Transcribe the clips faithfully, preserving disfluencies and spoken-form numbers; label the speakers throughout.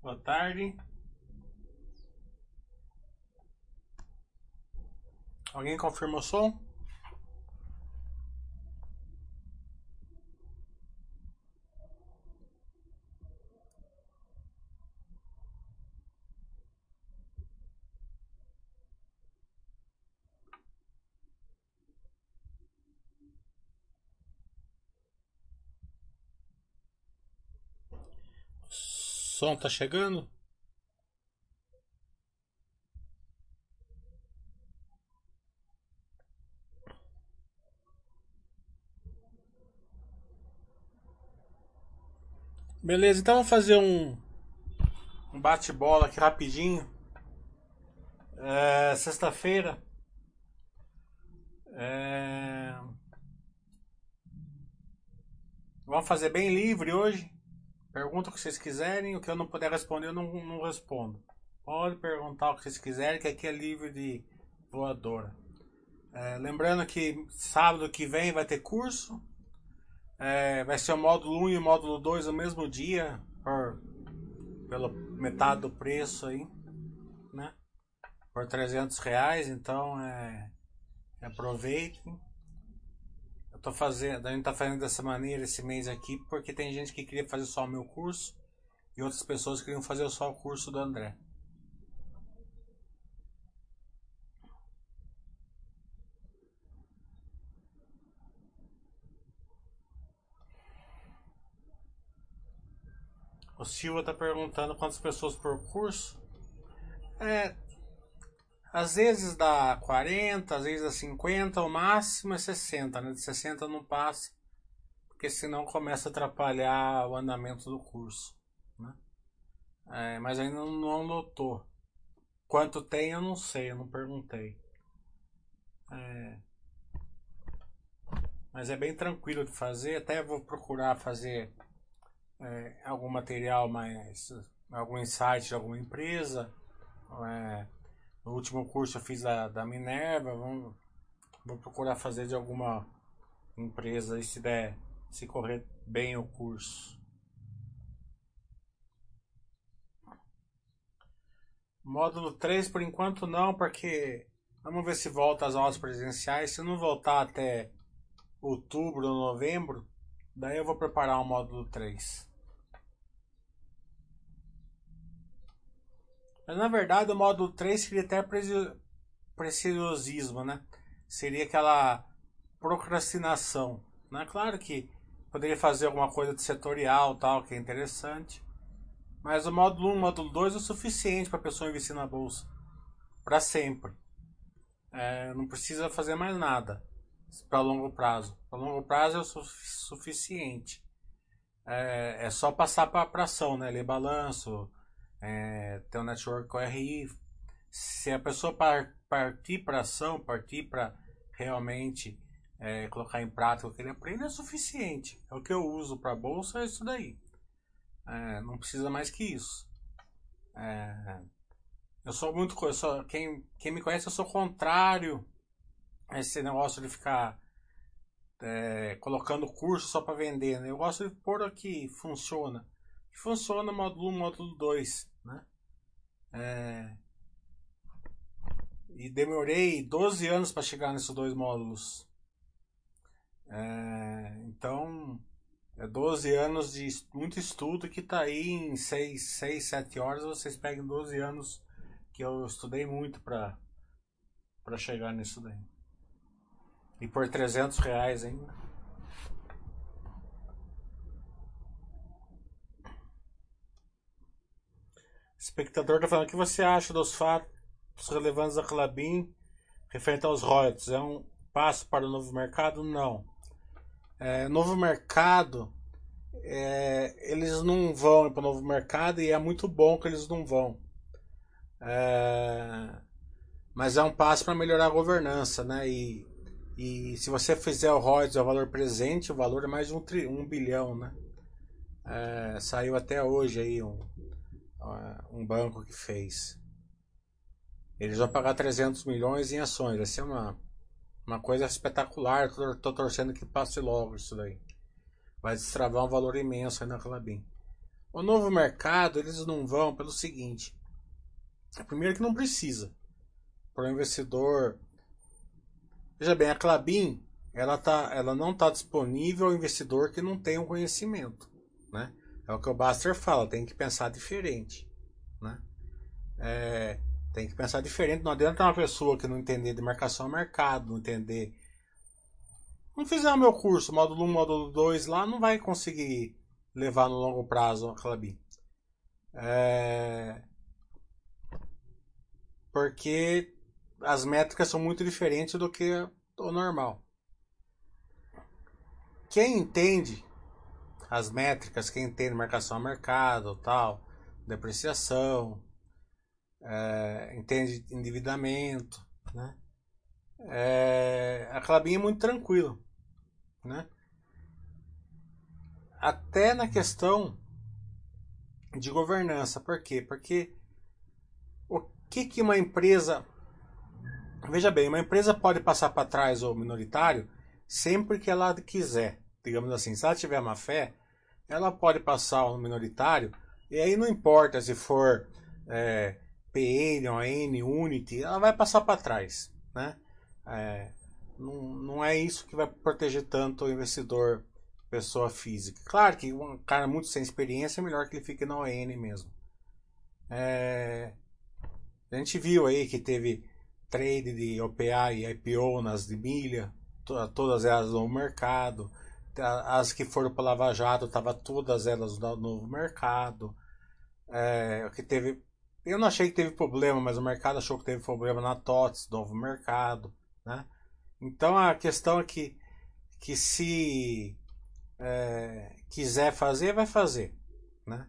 Speaker 1: Boa tarde. Alguém confirma o som? Som tá chegando? Beleza, então vamos fazer um, um bate-bola aqui rapidinho. É, sexta-feira. É, vamos fazer bem livre hoje. Pergunta o que vocês quiserem. O que eu não puder responder, eu não, não respondo. Pode perguntar o que vocês quiserem, que aqui é livre de voadora. É, lembrando que sábado que vem vai ter curso. É, vai ser o módulo um e o módulo dois no mesmo dia, por, pela metade do preço aí, né? Por trezentos reais, então é, aproveitem. Eu tô fazendo, a gente tá fazendo dessa maneira esse mês aqui, porque tem gente que queria fazer só o meu curso e outras pessoas queriam fazer só o curso do André. O Silva tá perguntando quantas pessoas por curso. É, às vezes dá quarenta, às vezes dá cinquenta, o máximo é sessenta, né? De sessenta não passa, porque senão começa a atrapalhar o andamento do curso, né? É, mas ainda não, não lotou. Quanto tem eu não sei, eu não perguntei. É, mas é bem tranquilo de fazer, até vou procurar fazer é, algum material mais, algum insight de alguma empresa. É, no último curso eu fiz da, da Minerva, vamos, vou procurar fazer de alguma empresa aí, se der, se correr bem o curso. Módulo três por enquanto não, porque vamos ver se volta às aulas presenciais. Se não voltar até outubro ou novembro, daí eu vou preparar o módulo três. Mas na verdade o módulo três seria até preciosismo, né? Seria aquela procrastinação, né? Claro que poderia fazer alguma coisa de setorial, tal, que é interessante. Mas o módulo um, o módulo dois é o suficiente para a pessoa investir na bolsa. Para sempre. É, não precisa fazer mais nada para longo prazo. Para longo prazo é o su suficiente. É, é só passar para ação, né? Ler balanço, é, ter um network com R I. Se a pessoa par, partir para ação, partir para realmente é, colocar em prática o que ele aprende, é suficiente. É o que eu uso para bolsa, é isso daí. É, não precisa mais que isso. É, eu sou muito. Eu sou, quem, quem me conhece, eu sou contrário a esse negócio de ficar é, colocando curso só para vender. Né? Eu gosto de pôr aqui, funciona. Funciona módulo um, módulo dois. Né? É, e demorei doze anos para chegar nesses dois módulos. É, então, é doze anos de muito estudo que está aí em seis, seis, sete horas. Vocês pegam doze anos que eu estudei muito para para chegar nisso daí. E por trezentos reais ainda. O espectador está falando: o que você acha dos fatos relevantes da Clabin referente aos royalties? É um passo para o novo mercado? Não. É, novo mercado, é, eles não vão para o novo mercado e é muito bom que eles não vão. É, mas é um passo para melhorar a governança, né? E, e se você fizer o royalties ao valor presente, o valor é mais de um, tri, um bilhão, né? É, saiu até hoje aí um, um banco que fez. Eles vão pagar trezentos milhões em ações. Vai ser uma, uma coisa espetacular. Tô torcendo que passe logo isso daí. Vai destravar um valor imenso aí na Clabin. O novo mercado, eles não vão pelo seguinte. Primeiro que não precisa. Para o investidor. Veja bem, a Klabin, ela, tá, ela não está disponível ao investidor que não tem um conhecimento. Né? É o que o Baster fala, tem que pensar diferente. Né? É, tem que pensar diferente. Não adianta uma pessoa que não entender de marcação a mercado, não entender. Não fizer o meu curso, módulo um, módulo dois lá, não vai conseguir levar no longo prazo a Klabin. É, porque as métricas são muito diferentes do que o normal. Quem entende as métricas, quem entende marcação a mercado, tal, depreciação, é, entende endividamento, né? É, a Klabin é muito tranquilo, né? Até na questão de governança. Por quê? Porque o que, que uma empresa. Veja bem, uma empresa pode passar para trás o minoritário sempre que ela quiser. Digamos assim, se ela tiver má fé, ela pode passar o minoritário, e aí não importa se for é, P N, O N, Unity, ela vai passar para trás. Né? É, não, não é isso que vai proteger tanto o investidor, pessoa física. Claro que um cara muito sem experiência é melhor que ele fique na O N mesmo. É, a gente viu aí que teve trade de O P A e I P O nas de milha, to- todas elas no mercado. As que foram para Lava Jato, tava todas elas no novo mercado. É, o que teve, eu não achei que teve problema, mas o mercado achou que teve problema na T O T S, novo mercado, né? Então a questão é que, que se é, quiser fazer, vai fazer, né?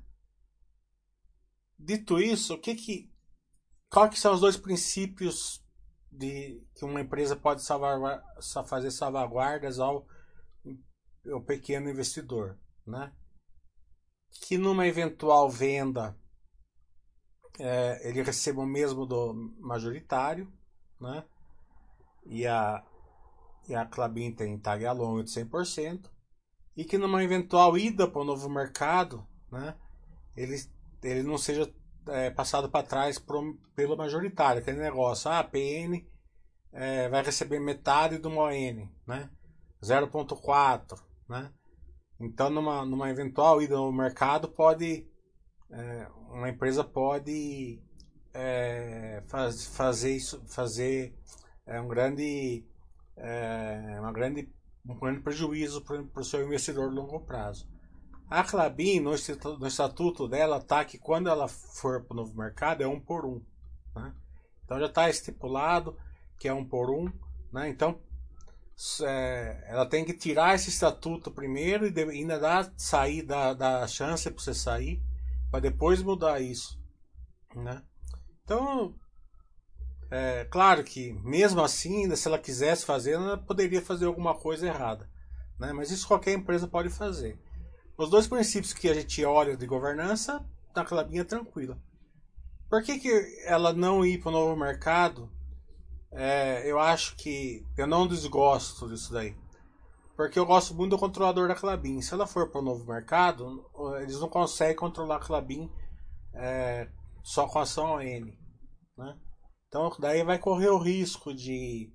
Speaker 1: Dito isso, o que que, qual que são os dois princípios de que uma empresa pode salvar, fazer salvaguardas ao, ao pequeno investidor, né? Que numa eventual venda é, ele receba o mesmo do majoritário, né? E a, e a Klabin tem tag along de cem por cento, e que numa eventual ida para o novo mercado, né? Ele, ele não seja é, passado para trás pro, pelo majoritário, aquele negócio, ah, a P N é, vai receber metade do M O N, né? zero ponto quatro, né? Então, numa, numa eventual ida no mercado, pode é, uma empresa pode é, faz, fazer isso, fazer é, um grande, é, uma grande, um grande prejuízo para o seu investidor de longo prazo. A Klabin, no estatuto, no estatuto dela, tá que quando ela for para o novo mercado é um por um. Né? Então já está estipulado que é um por um. Né? Então é, ela tem que tirar esse estatuto primeiro e ainda dar, sair, dar, dar chance para você sair, para depois mudar isso. Né? Então, é claro que mesmo assim, ainda se ela quisesse fazer, ela poderia fazer alguma coisa errada. Né? Mas isso qualquer empresa pode fazer. Os dois princípios que a gente olha de governança, naquela linha tranquila. Por que, que ela não ir para o novo mercado? É, eu acho que eu não desgosto disso daí. Porque eu gosto muito do controlador da Klabin. Se ela for para o novo mercado, eles não conseguem controlar a Klabin é, só com ação O N. Né? Então daí vai correr o risco de,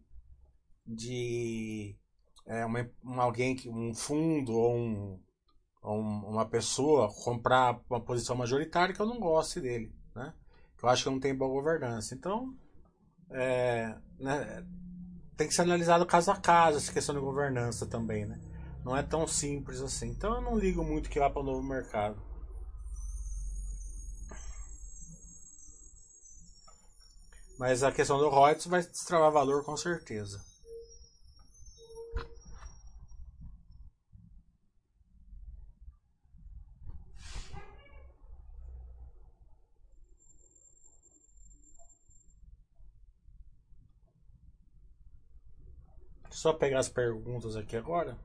Speaker 1: de é, uma, um, alguém, um fundo ou, um, ou uma pessoa comprar uma posição majoritária que eu não goste dele. Né? Que eu acho que não tem boa governança. Então é, né, tem que ser analisado caso a caso essa questão de governança também, né? Não é tão simples assim. Então eu não ligo muito que vá para o novo mercado. Mas a questão do Reuters vai destravar valor com certeza. Só pegar as perguntas aqui agora.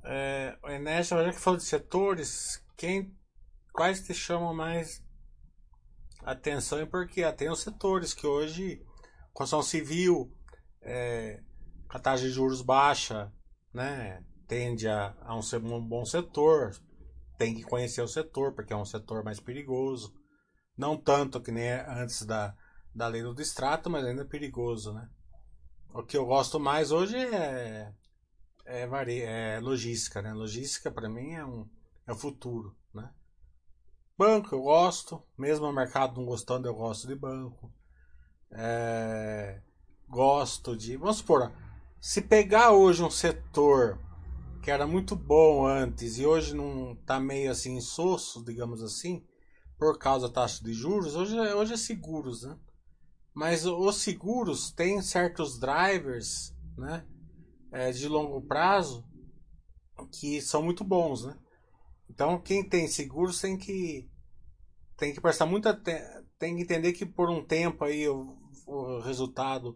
Speaker 1: É, Ernesto, já que falou de setores, quem, quais te chamam mais atenção e por quê? Ah, tem os setores que hoje, construção civil, é, com a taxa de juros baixa, né, tende a, a um, ser um bom setor, tem que conhecer o setor, porque é um setor mais perigoso. Não tanto que nem antes da, da lei do distrato, mas ainda é perigoso, né? O que eu gosto mais hoje é, é, vari, é logística, né? Logística para mim é um é o futuro, né? Banco eu gosto, mesmo o mercado não gostando, eu gosto de banco. É, gosto de. Vamos supor, se pegar hoje um setor que era muito bom antes e hoje não tá meio assim insosso, digamos assim, por causa da taxa de juros, hoje, é- hoje é seguros, né? Mas os seguros têm certos drivers, né, é, de longo prazo que são muito bons, né? Então quem tem seguros tem que tem que prestar muita tem que entender que por um tempo aí o, o resultado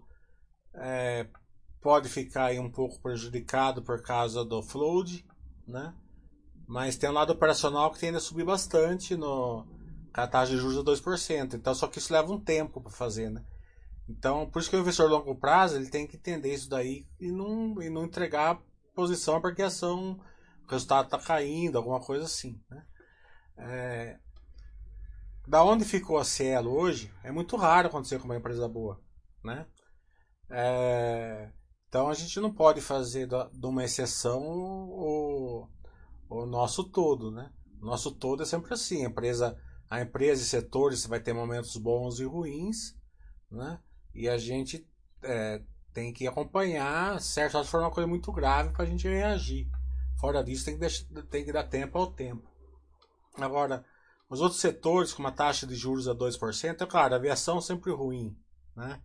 Speaker 1: pode ficar aí um pouco prejudicado por causa do float, né? Mas tem um lado operacional que tende a subir bastante no com a taxa de juros de dois por cento. Então só que isso leva um tempo para fazer, né? Então, por isso que o investidor a longo prazo ele tem que entender isso daí e não, e não entregar posição porque a ação, o resultado está caindo, alguma coisa assim. Né? É, da onde ficou a Cielo hoje, é muito raro acontecer com uma empresa boa. Né? É, então a gente não pode fazer da, de uma exceção o, o nosso todo. Né? O nosso todo é sempre assim. A empresa, a empresa e setores vai ter momentos bons e ruins. Né? E a gente é, tem que acompanhar, certo? Só se for uma coisa muito grave para a gente reagir. Fora disso, tem que, deixar, tem que dar tempo ao tempo. Agora, os outros setores, com uma taxa de juros a dois por cento, é claro, a aviação é sempre ruim. Né?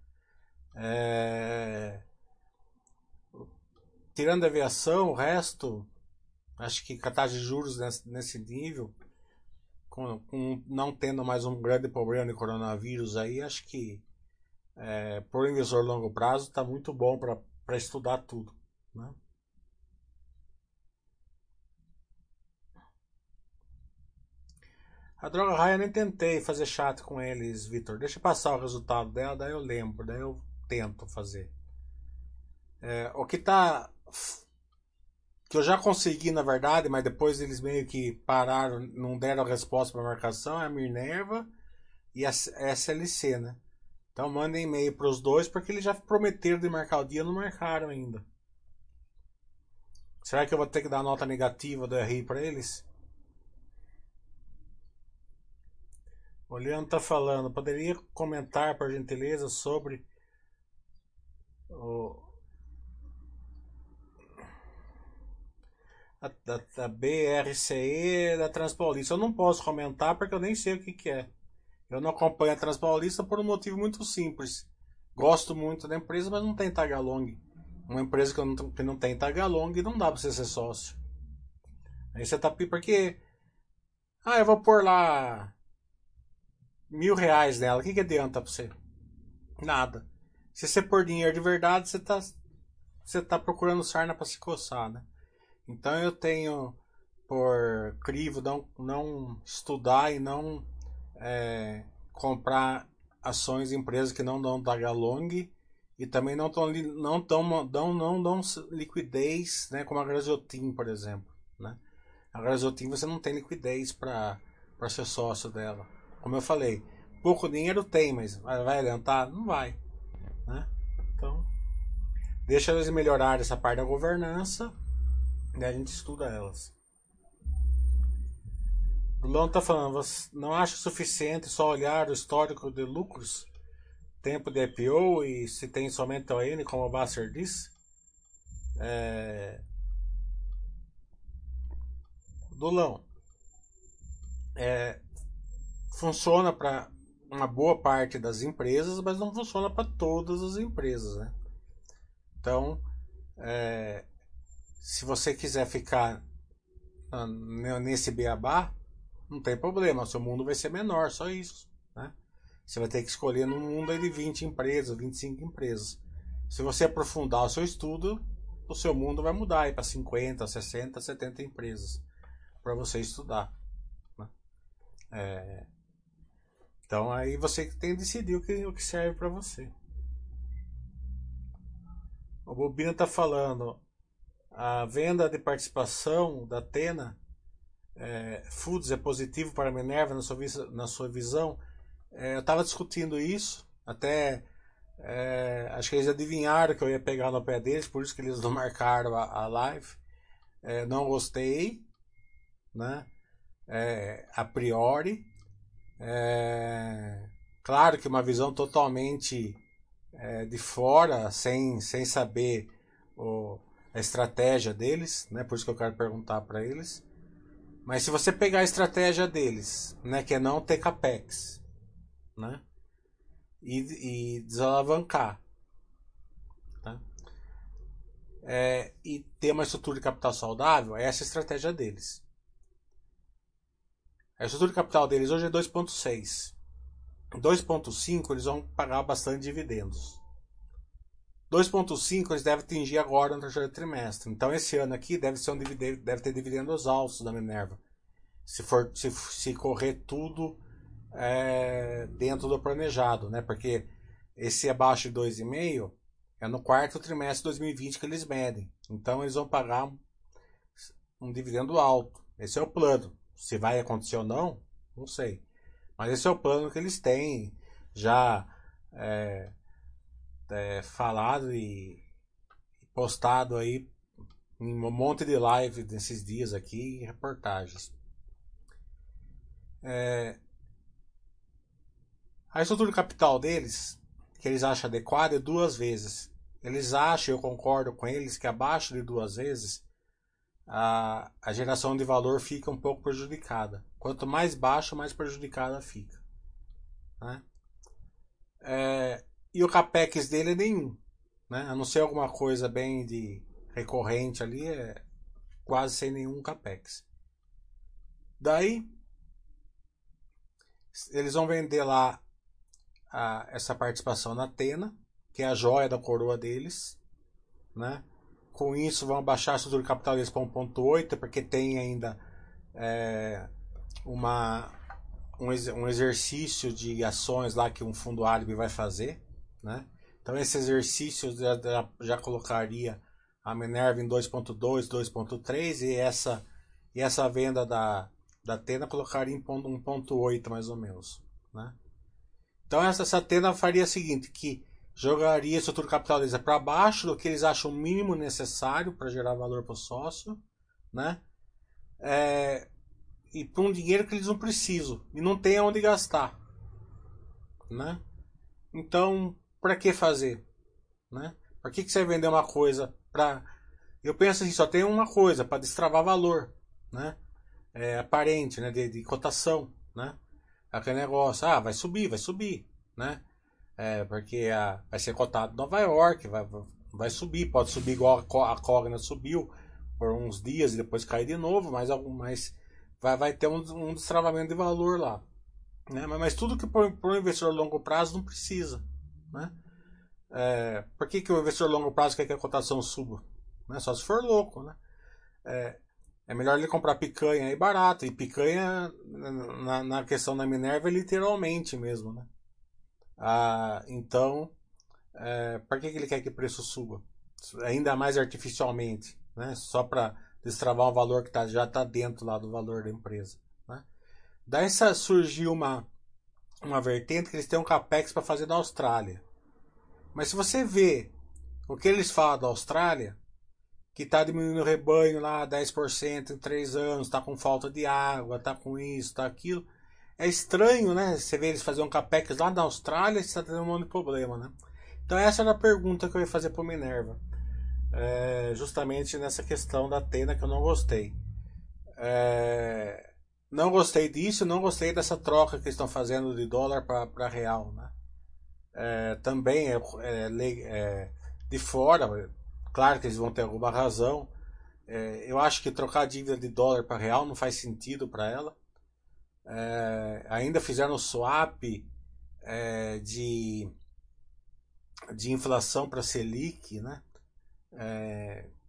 Speaker 1: É... Tirando a aviação, o resto, acho que com a taxa de juros nesse, nesse nível, com, com não tendo mais um grande problema de coronavírus aí, acho que é, por investidor a longo prazo está muito bom para estudar tudo. Né? A Droga Raia eu nem tentei fazer chat com eles, Vitor. Deixa eu passar o resultado dela, daí eu lembro, daí eu tento fazer. É, o que tá. Que eu já consegui, na verdade, mas depois eles meio que pararam, não deram a resposta para a marcação, é a Minerva e a S L C, né? Então mandem e-mail para os dois, porque eles já prometeram de marcar o dia e não marcaram ainda. Será que eu vou ter que dar nota negativa do R I para eles? O Leandro tá falando, poderia comentar, por gentileza, sobre o, a, a, a B R C E da Transpaulista. Eu não posso comentar porque eu nem sei o que, que é. Eu não acompanho a Transpaulista por um motivo muito simples. Gosto muito da empresa, mas não tem tagalong. Uma empresa que não, que não tem tagalong não dá pra você ser sócio. Aí você tá porque. Ah, eu vou pôr lá mil reais nela. O que, que adianta pra você? Nada. Se você pôr dinheiro de verdade, você tá, você tá procurando sarna pra se coçar, né? Então eu tenho por crivo não, não estudar e não é, comprar ações de empresas que não dão tagalong e também não tão, não tão, dão, não dão liquidez, né, como a Graziotin, por exemplo. Né? A Graziotin você não tem liquidez para ser sócio dela. Como eu falei, pouco dinheiro tem, mas vai adiantar? Não vai. Né? Então, deixa eles melhorarem essa parte da governança e a gente estuda elas. O Lon está falando, você não acha suficiente só olhar o histórico de lucros, tempo de I P O e se tem somente O N, como o Basser disse? É... Dulão, é... funciona para uma boa parte das empresas, mas não funciona para todas as empresas, né? Então, é... se você quiser ficar nesse beabá, não tem problema, o seu mundo vai ser menor, só isso, né? Você vai ter que escolher num mundo de vinte empresas, vinte e cinco empresas. Se você aprofundar o seu estudo, o seu mundo vai mudar aí para cinquenta, sessenta, setenta empresas para você estudar, né? É, então aí você tem que decidir o que, o que serve para você. O Bobina está falando, a venda de participação da Tena é, Foods é positivo para a Minerva na sua, na sua visão? É, eu estava discutindo isso, até é, acho que eles adivinharam que eu ia pegar no pé deles, por isso que eles não marcaram a, a live. É, não gostei, né? É, a priori. É, claro que uma visão totalmente é, de fora, sem, sem saber o, a estratégia deles, né? Por isso que eu quero perguntar para eles. Mas se você pegar a estratégia deles, né, que é não ter capex, né, e, e desalavancar, tá? É, e ter uma estrutura de capital saudável, é essa a estratégia deles. A estrutura de capital deles hoje é dois ponto seis. dois ponto cinco eles vão pagar bastante dividendos. dois ponto cinco eles devem atingir agora no terceiro trimestre. Então esse ano aqui deve, ser um dividendo, deve ter dividendos altos da Minerva. Se, for, se, se correr tudo é, dentro do planejado, né? Porque esse abaixo de dois vírgula cinco é no quarto trimestre de dois mil e vinte que eles medem. Então eles vão pagar um, um dividendo alto. Esse é o plano. Se vai acontecer ou não, não sei. Mas esse é o plano que eles têm já é, é, falado e postado aí em um monte de live nesses dias aqui, reportagens. É, a estrutura de capital deles, que eles acham adequada, é duas vezes. Eles acham, eu concordo com eles, que abaixo de duas vezes a, a geração de valor fica um pouco prejudicada. Quanto mais baixo, mais prejudicada fica, né? É, e o capex dele é nenhum, né? A não ser alguma coisa bem de recorrente ali, é quase sem nenhum capex. Daí eles vão vender lá a, essa participação na Tena, que é a joia da coroa deles, né? Com isso vão abaixar a estrutura de capital deles para um ponto oito, porque tem ainda é, uma, um, um exercício de ações lá que um fundo árabe vai fazer, né? Então esse exercício já, já, já colocaria a Minerva em dois ponto dois, dois ponto três e essa, e essa venda da, da Tena colocaria em um ponto oito mais ou menos, né? Então essa, essa Tena faria o seguinte, que jogaria a estrutura capital deles para baixo do que eles acham o mínimo necessário para gerar valor para o sócio, né? É, e para um dinheiro que eles não precisam e não tem onde gastar, né? Então, para que fazer, né? Para que, que você vai vender uma coisa para... Eu penso assim, só tem uma coisa, para destravar valor, né? É aparente, né? De, de cotação, né? Aquele negócio, ah, vai subir, vai subir, né? É, porque a, vai ser cotado em Nova York, vai, vai subir, pode subir igual a Cogna subiu por uns dias e depois cair de novo, mas, mas vai, vai ter um, um destravamento de valor lá, né? Mas, mas tudo que para o investidor a longo prazo não precisa, né? É, por que, que o investidor a longo prazo quer que a cotação suba? Né? Só se for louco, né? É, é melhor ele comprar picanha aí barato, e picanha na, na questão da Minerva é literalmente mesmo, né? Ah, então, é, para que, que ele quer que o preço suba? Ainda mais artificialmente, né? Só para destravar um valor que tá, já está dentro lá do valor da empresa, né? Daí surgiu uma, uma vertente que eles têm um capex para fazer na Austrália. Mas se você vê o que eles falam da Austrália, que está diminuindo o rebanho lá dez por cento em três anos, está com falta de água, está com isso, está aquilo... É estranho, né? Você vê eles fazerem um capex lá na Austrália e está tendo um monte de problema, né? Então essa era a pergunta que eu ia fazer para o Minerva. É, justamente nessa questão da Tena que eu não gostei. É, não gostei disso, não gostei dessa troca que eles estão fazendo de dólar para real, né? É, também é, é, é de fora, claro que eles vão ter alguma razão. É, eu acho que trocar a dívida de dólar para real não faz sentido para ela. É, ainda fizeram swap é, de, de inflação para Selic, né? É,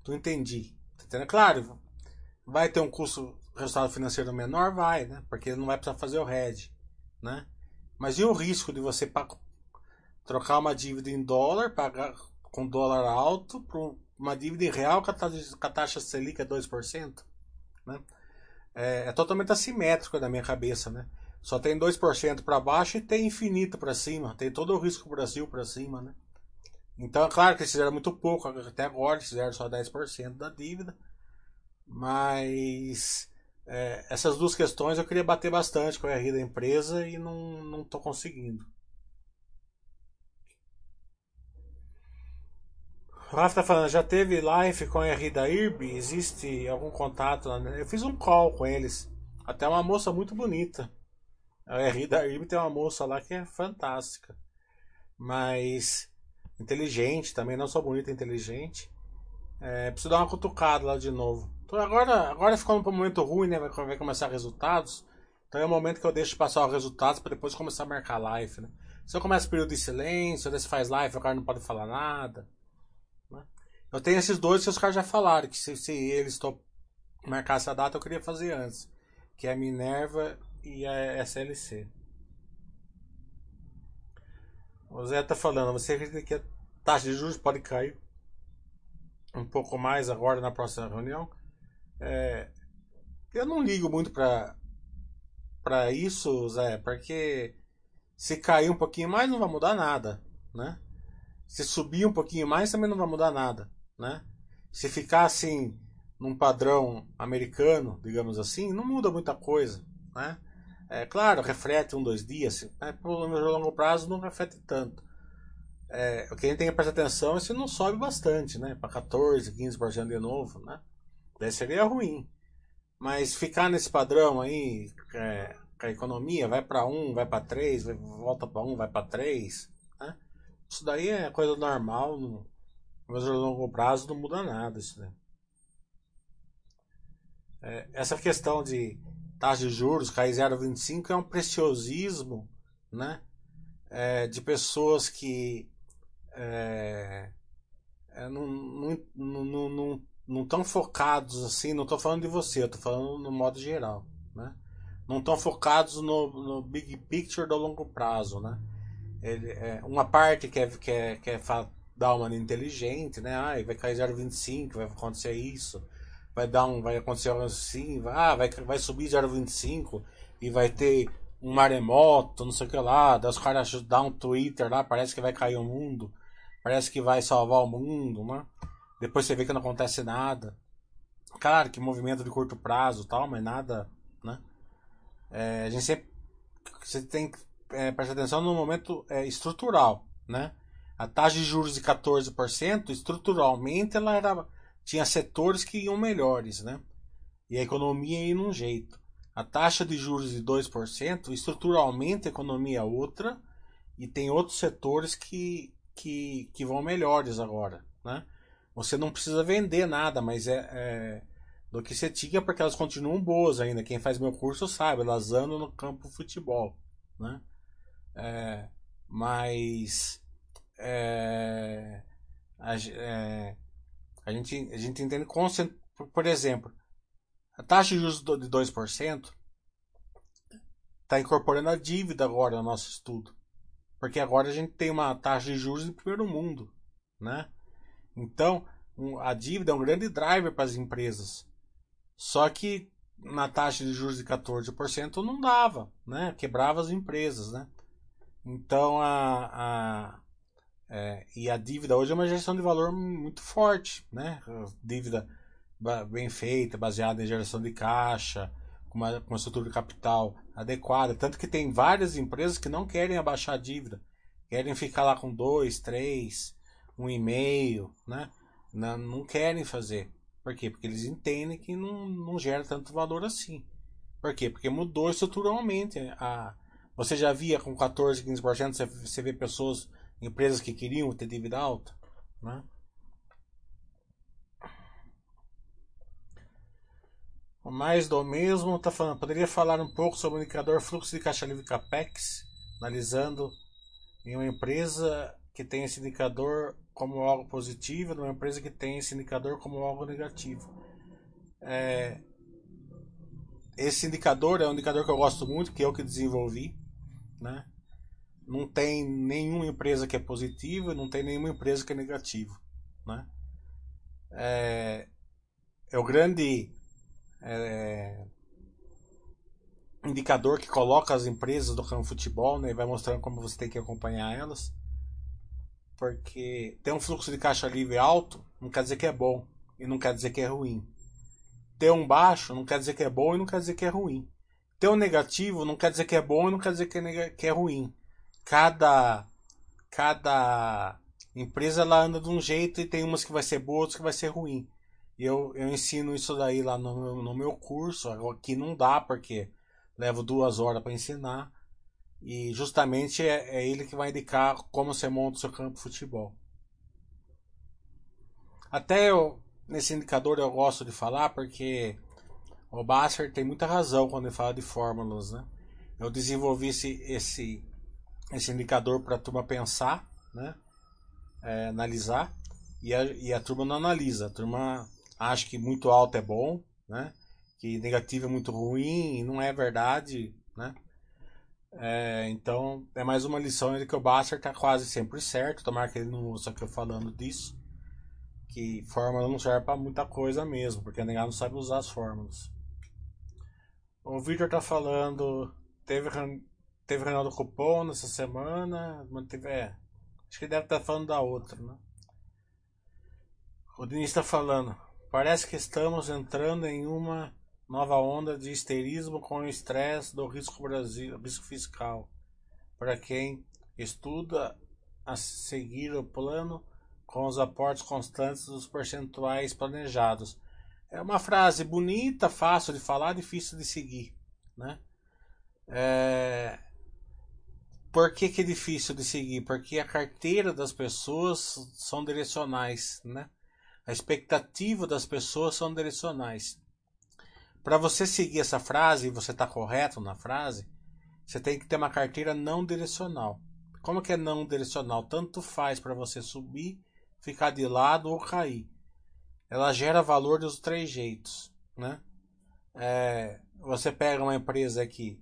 Speaker 1: não entendi. Tá entendendo? Claro, vai ter um custo, resultado financeiro menor? Vai, né? Porque ele não vai precisar fazer o hedge, né? Mas e o risco de você trocar uma dívida em dólar, pagar com dólar alto, para uma dívida em real com a taxa Selic é dois por cento? Né? É, é totalmente assimétrico na minha cabeça, né? Só tem dois por cento para baixo e tem infinito para cima. Tem todo o risco Brasil para cima, né? Então, é claro que eles fizeram muito pouco até agora, eles fizeram só dez por cento da dívida. Mas é, essas duas questões eu queria bater bastante com a R I da empresa e não, não tô conseguindo. O Rafa tá falando, já teve live com a R I da I R B? Existe algum contato lá? Eu fiz um call com eles. Até uma moça muito bonita. A R I da I R B tem uma moça lá que é fantástica. Mas inteligente também, não só bonita, inteligente. É, preciso dar uma cutucada lá de novo. Então agora, agora ficou um momento ruim, né? Vai, vai começar resultados. Então é o momento que eu deixo passar os resultados para depois começar a marcar live, né? Se eu começo período de silêncio, daí você faz live, o cara não pode falar nada. Né? Eu tenho esses dois que os caras já falaram, que se, se eles marcassem a data eu queria fazer antes. Que é a Minerva e a S L C. O Zé tá falando, você acredita que a taxa de juros pode cair um pouco mais agora na próxima reunião? É, eu não ligo muito pra, pra isso, Zé, porque se cair um pouquinho mais não vai mudar nada, né? Se subir um pouquinho mais também não vai mudar nada, né? Se ficar assim num padrão americano, digamos assim, não muda muita coisa, né? É claro, reflete um, dois dias, né? Pelo longo prazo não reflete tanto. É, o que a gente tem que prestar atenção é se não sobe bastante, né? Para quatorze, quinze por cento de novo, né? Daí seria ruim. Mas ficar nesse padrão aí, é, com a economia, vai para um, vai para três, volta para um, vai para três, né? Isso daí é coisa normal, no, mas no longo prazo não muda nada isso daí. É, essa questão de taxa de juros cair zero vírgula vinte e cinco é um preciosismo, né? É, de pessoas que é, é, não, não, não, não, não estão focados assim, não estou falando de você, eu estou falando no modo geral, né? Não estão focados no, no big picture do longo prazo, né? Ele, é, uma parte quer, quer, quer dar uma inteligente, né? Ah, vai cair zero vírgula vinte e cinco, vai acontecer isso, vai dar um, vai acontecer assim, vai, ah, vai, vai subir zero vírgula vinte e cinco e vai ter um maremoto, não sei o que lá, daí os caras dão um Twitter lá, parece que vai cair o mundo, parece que vai salvar o mundo, né? Depois você vê que não acontece nada. Claro que movimento de curto prazo tal, mas nada, né? É, a gente sempre você tem que é, prestar atenção no momento é, estrutural, né? A taxa de juros de quatorze por cento, estruturalmente, ela era, tinha setores que iam melhores, né? E a economia ia num jeito. A taxa de juros de dois por cento, estruturalmente a economia é outra e tem outros setores que, que, que vão melhores agora, né? Você não precisa vender nada, mas é, é do que você tinha, porque elas continuam boas ainda. Quem faz meu curso sabe, elas andam no campo futebol, né? É, mas é, a, é, a, gente, a gente entende constant, por exemplo, a taxa de juros de dois por cento está incorporando a dívida agora no nosso estudo. Porque agora a gente tem uma taxa de juros de primeiro mundo, né? Então, um, a dívida é um grande driver para as empresas. Só que na taxa de juros de quatorze por cento não dava, né? Quebrava as empresas, né? Então, a, a, é, e a dívida hoje é uma geração de valor muito forte, né? Dívida bem feita, baseada em geração de caixa, com uma, com uma estrutura de capital adequada. Tanto que tem várias empresas que não querem abaixar a dívida, querem ficar lá com dois, três, um e meio, né? Não, não querem fazer. Por quê? Porque eles entendem que não, não gera tanto valor assim. Por quê? Porque mudou estruturalmente. A, você já via com quatorze, quinze por cento, você, você vê pessoas, empresas que queriam ter dívida alta, né? O mais do mesmo está falando, poderia falar um pouco sobre o indicador fluxo de caixa livre Capex, analisando em uma empresa que tem esse indicador como algo positivo, numa empresa que tem esse indicador como algo negativo. É, esse indicador é um indicador que eu gosto muito, que eu que desenvolvi, né? Não tem nenhuma empresa que é positiva, não tem nenhuma empresa que é negativa, né? É, é o grande é, indicador que coloca as empresas do campo de futebol, né? E vai mostrando como você tem que acompanhar elas. Porque ter um fluxo de caixa livre alto não quer dizer que é bom e não quer dizer que é ruim. Ter um baixo não quer dizer que é bom e não quer dizer que é ruim. Ter um negativo não quer dizer que é bom e não quer dizer que é, que é ruim. Cada, cada empresa ela anda de um jeito e tem umas que vai ser boa, outras que vai ser ruim. E eu, eu ensino isso daí lá no meu, no meu curso. Aqui não dá porque levo duas horas para ensinar. E justamente é, é ele que vai indicar como você monta o seu campo de futebol. Até eu, nesse indicador eu gosto de falar porque o Basser tem muita razão quando ele fala de fórmulas, né? Eu desenvolvi esse, esse, esse indicador para a turma pensar, né? É, analisar, e a, e a turma não analisa. A turma acha que muito alto é bom, né? Que negativo é muito ruim, e não é verdade, né? É, então é mais uma lição de que o Basser está quase sempre certo. Tomara que ele não ouça aqui eu falando disso. Que fórmula não serve para muita coisa mesmo, porque a negada não sabe usar as fórmulas. O Victor tá falando. Teve, teve reunião do cupom nessa semana. Manteve, é, acho que deve estar falando da outra, né? O Diniz está falando. Parece que estamos entrando em uma nova onda de histerismo com o estresse do risco Brasil, risco fiscal. Para quem estuda a seguir o plano com os aportes constantes dos percentuais planejados. É uma frase bonita, fácil de falar, difícil de seguir, né? É... Por que, que é difícil de seguir? Porque a carteira das pessoas são direcionais, né? A expectativa das pessoas são direcionais. Para você seguir essa frase e você está correto na frase, você tem que ter uma carteira não direcional. Como que é não direcional? Tanto faz para você subir, ficar de lado ou cair. Ela gera valor dos três jeitos, né? É, você pega uma empresa que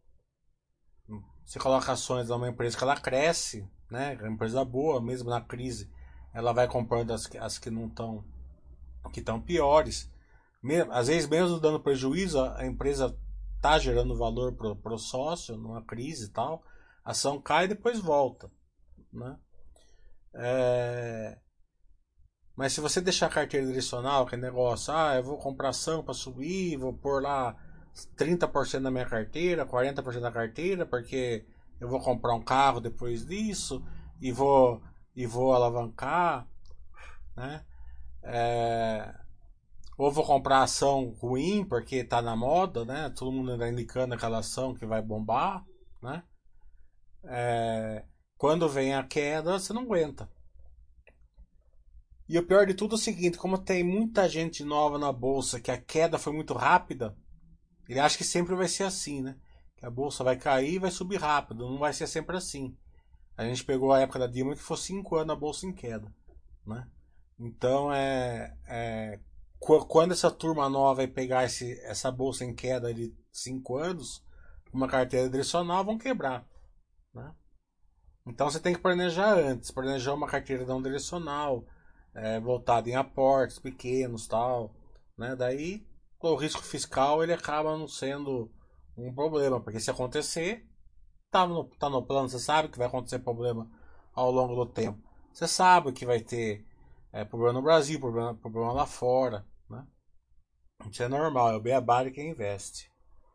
Speaker 1: você coloca ações numa empresa que ela cresce, né? É uma empresa boa, mesmo na crise, ela vai comprando as, as que não estão, que estão piores. Às vezes, mesmo dando prejuízo, a empresa está gerando valor para o sócio numa crise e tal. A ação cai e depois volta, né? É... Mas se você deixar a carteira direcional, que é negócio, ah, eu vou comprar ação para subir, vou pôr lá trinta por cento da minha carteira, quarenta por cento da carteira, porque eu vou comprar um carro depois disso e vou e vou alavancar, né? É... Ou vou comprar ação ruim porque está na moda, né? Todo mundo está indicando aquela ação que vai bombar, né? É... Quando vem a queda, você não aguenta. E o pior de tudo é o seguinte, como tem muita gente nova na bolsa, que a queda foi muito rápida, ele acha que sempre vai ser assim, né? Que a bolsa vai cair e vai subir rápido, não vai ser sempre assim. A gente pegou a época da Dilma que foi cinco anos a bolsa em queda, né? Então é, é quando essa turma nova vai pegar esse, essa bolsa em queda de cinco anos, uma carteira direcional, vão quebrar, né? Então você tem que planejar antes, planejar uma carteira não direcional, é, voltado em aportes pequenos, tal, né? Daí o risco fiscal ele acaba não sendo um problema, porque se acontecer, tá no, tá no plano, você sabe que vai acontecer problema ao longo do tempo. Você sabe que vai ter é, problema no Brasil, problema, problema lá fora, né? Isso é normal, é o beabá de quem investe.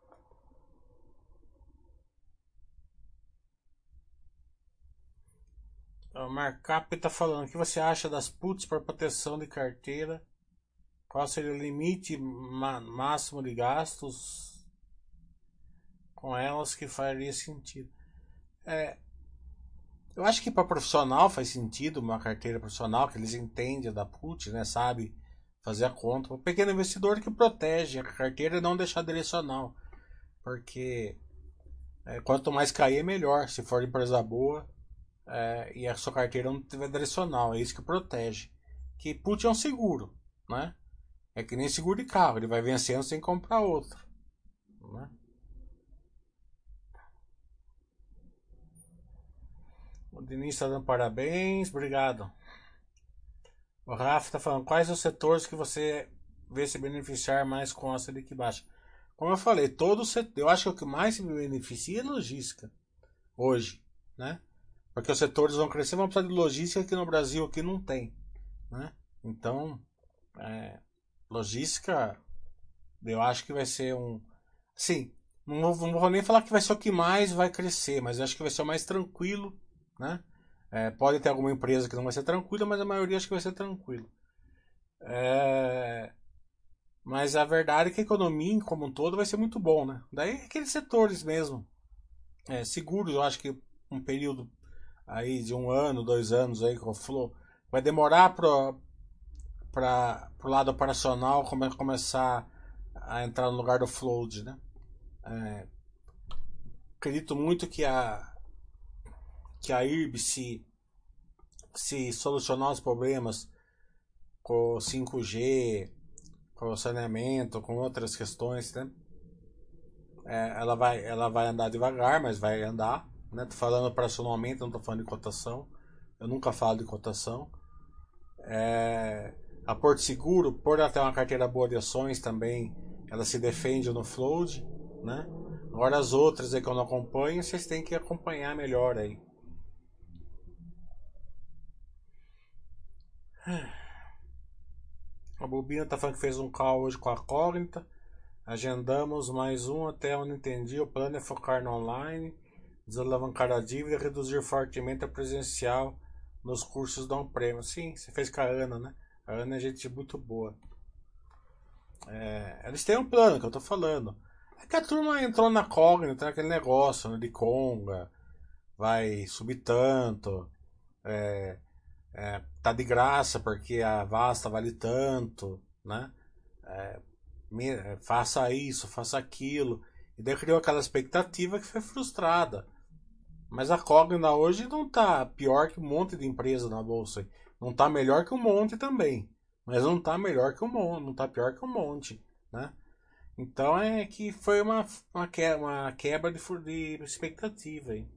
Speaker 1: O Markup está falando, o que você acha das puts para proteção de carteira? Qual seria o limite máximo de gastos com elas que faria sentido? É, eu acho que para profissional faz sentido uma carteira profissional que eles entendem da put, né? Sabe fazer a conta. O pequeno investidor que protege a carteira e não deixar direcional, porque é, quanto mais cair é melhor. Se for empresa boa, é, e a sua carteira não tiver direcional, é isso que protege. Que put é um seguro, né? É que nem seguro de carro, ele vai vencendo sem comprar outro, né? O Diniz está dando parabéns, obrigado. O Rafa está falando, quais os setores que você vê se beneficiar mais com a Selic baixa? Como eu falei, todo setor, eu acho que o que mais se beneficia é logística, hoje, né? Porque os setores vão crescer, vão precisar de logística que no Brasil aqui não tem, né? Então, é, logística, eu acho que vai ser um... Sim, não vou, não vou nem falar que vai ser o que mais vai crescer, mas eu acho que vai ser o mais tranquilo, né? É, pode ter alguma empresa que não vai ser tranquila, mas a maioria acho que vai ser tranquilo. É, mas a verdade é que a economia como um todo vai ser muito bom, né? Daí aqueles setores mesmo, é, seguros, eu acho que um período aí de um ano, dois anos aí com o Flow, vai demorar para para o lado operacional come, começar a entrar no lugar do float, né? É, acredito muito que a que a I R B se se solucionar os problemas com o cinco G, com o saneamento, com outras questões, né? É, ela vai ela vai andar devagar, mas vai andar, né? Tô falando operacionalmente, não tô falando de cotação. Eu nunca falo de cotação. É, a Porto Seguro, por ela ter uma carteira boa de ações também, ela se defende no float, né? Agora as outras aí que eu não acompanho, vocês têm que acompanhar melhor aí. A Bobina tá falando que fez um call hoje com a Cognita. Agendamos mais um até onde entendi. O plano é focar no online, desalavancar a dívida e reduzir fortemente a presencial nos cursos da Prêmio. Sim, você fez com a Ana, né? A Ana é gente muito boa. É, eles têm um plano que eu tô falando. É que a turma entrou na Cognita, naquele negócio, né, de Conga, vai subir tanto, é, é, tá de graça porque a Vasta vale tanto, né? Me- faça isso, faça aquilo. E daí criou aquela expectativa que foi frustrada. Mas a Cogna hoje não tá pior que um monte de empresa na bolsa. Não tá melhor que um monte também. Mas não tá melhor que um monte, não tá pior que um monte, né? Então é que foi uma, uma, que- uma quebra de, fu- de expectativa aí.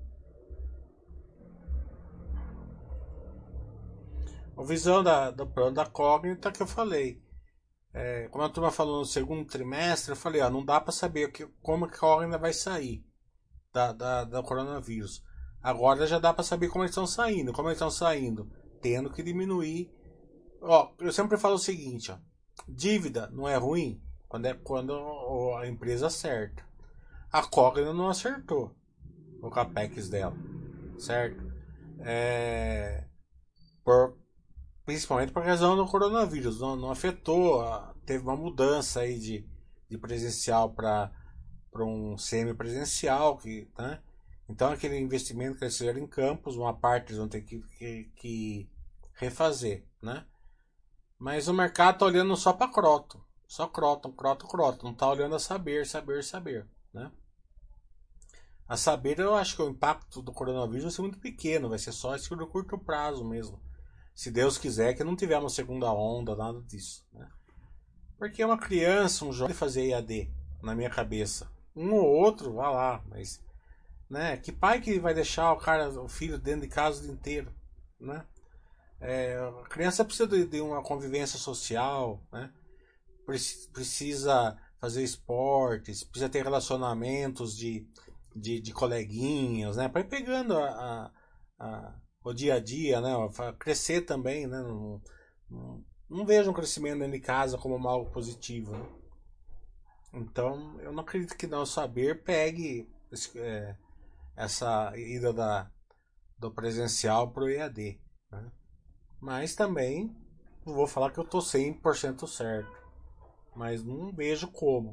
Speaker 1: A visão da, do plano da Cognita que eu falei. É, como a turma falou no segundo trimestre, eu falei, ó, não dá para saber o que, como que a Cognita vai sair da, da, da coronavírus. Agora já dá para saber como eles estão saindo. Como eles estão saindo? Tendo que diminuir. Ó, eu sempre falo o seguinte, ó, dívida não é ruim quando é quando a empresa acerta. A Cognita não acertou o capex dela, certo? É, por, principalmente por razão do coronavírus, não, não afetou, teve uma mudança aí de, de presencial para para um semi-presencial, que, né? Então aquele investimento que eles fizeram em campos, uma parte eles vão ter que, que, que refazer, né? Mas o mercado está olhando só para Croton, só Croton, Croton, Croton, não está olhando a saber, saber, saber, né? A saber, eu acho que o impacto do coronavírus vai ser muito pequeno, vai ser só esse no curto prazo mesmo. Se Deus quiser que não tivermos segunda onda, nada disso, né? Porque uma criança, um jovem fazer E A D na minha cabeça. Um ou outro, vá lá, mas né? Que pai que vai deixar o cara, o filho dentro de casa o dia inteiro, né? É, a criança precisa de, de uma convivência social, né? Precisa fazer esportes, precisa ter relacionamentos de, de, de coleguinhas, né? Para ir pegando a, a, a, o dia a dia, né? Crescer também, né? Não, não, não vejo um crescimento dentro de casa como algo positivo, né? Então, eu não acredito que não saber pegue é, essa ida da, do presencial pro E A D, né? Mas também não vou falar que eu tô cem por cento certo, mas não vejo como.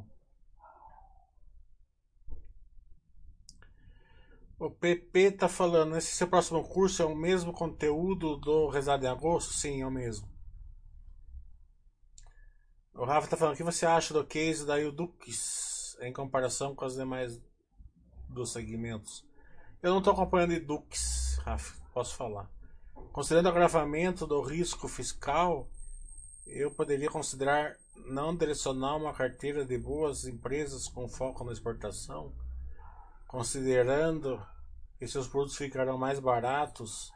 Speaker 1: O P P tá falando, esse seu próximo curso é o mesmo conteúdo do Rezado em Agosto? Sim, é o mesmo. O Rafa tá falando, o que você acha do case da Udux em comparação com as demais dos segmentos? Eu não tô acompanhando Edux, Raf, posso falar. Considerando o agravamento do risco fiscal, eu poderia considerar não direcionar uma carteira de boas empresas com foco na exportação, considerando que seus produtos ficarão mais baratos.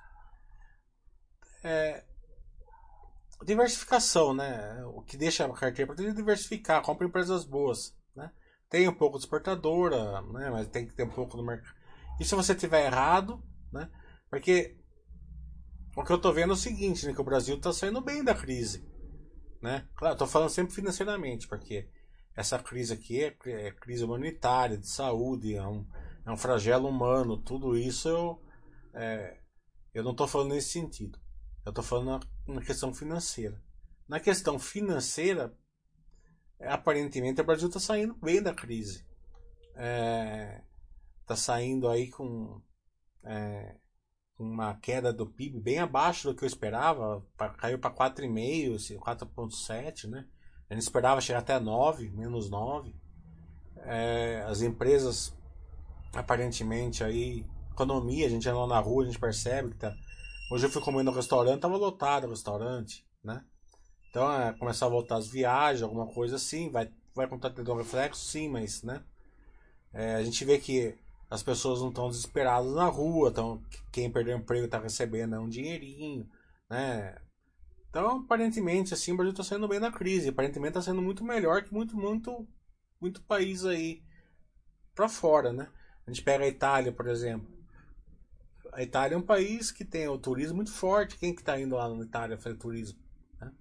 Speaker 1: É, diversificação, né? O que deixa a carteira para diversificar, compra empresas boas, né? Tem um pouco de exportadora, né? Mas tem que ter um pouco do mercado. E se você tiver errado, né? Porque o que eu tô vendo é o seguinte, né? Que o Brasil tá saindo bem da crise, né? Claro, tô falando sempre financeiramente, porque essa crise aqui é, é crise humanitária, de saúde, é um, é um flagelo humano, tudo isso eu, é, eu não tô falando nesse sentido. Eu tô falando na, na questão financeira. Na questão financeira, aparentemente o Brasil está saindo bem da crise. É, tá saindo aí com é, uma queda do P I B bem abaixo do que eu esperava. Caiu para quatro vírgula cinco, quatro vírgula sete, né? A gente esperava chegar até nove, menos nove. É, as empresas, aparentemente, aí, economia, a gente anda na rua, a gente percebe que tá. Hoje eu fui comer no restaurante, tava lotado o restaurante, né? Então, é, começar a voltar as viagens, alguma coisa assim, vai, vai contar tendo um reflexo, sim, mas, né? É, a gente vê que as pessoas não estão desesperadas na rua, tão, quem perdeu o emprego está recebendo um dinheirinho, né? Então, aparentemente, assim, o Brasil está saindo bem da crise, aparentemente está sendo muito melhor que muito, muito, muito país aí para fora, né? A gente pega a Itália, por exemplo. A Itália é um país que tem o turismo muito forte. Quem que está indo lá na Itália fazer turismo? Né?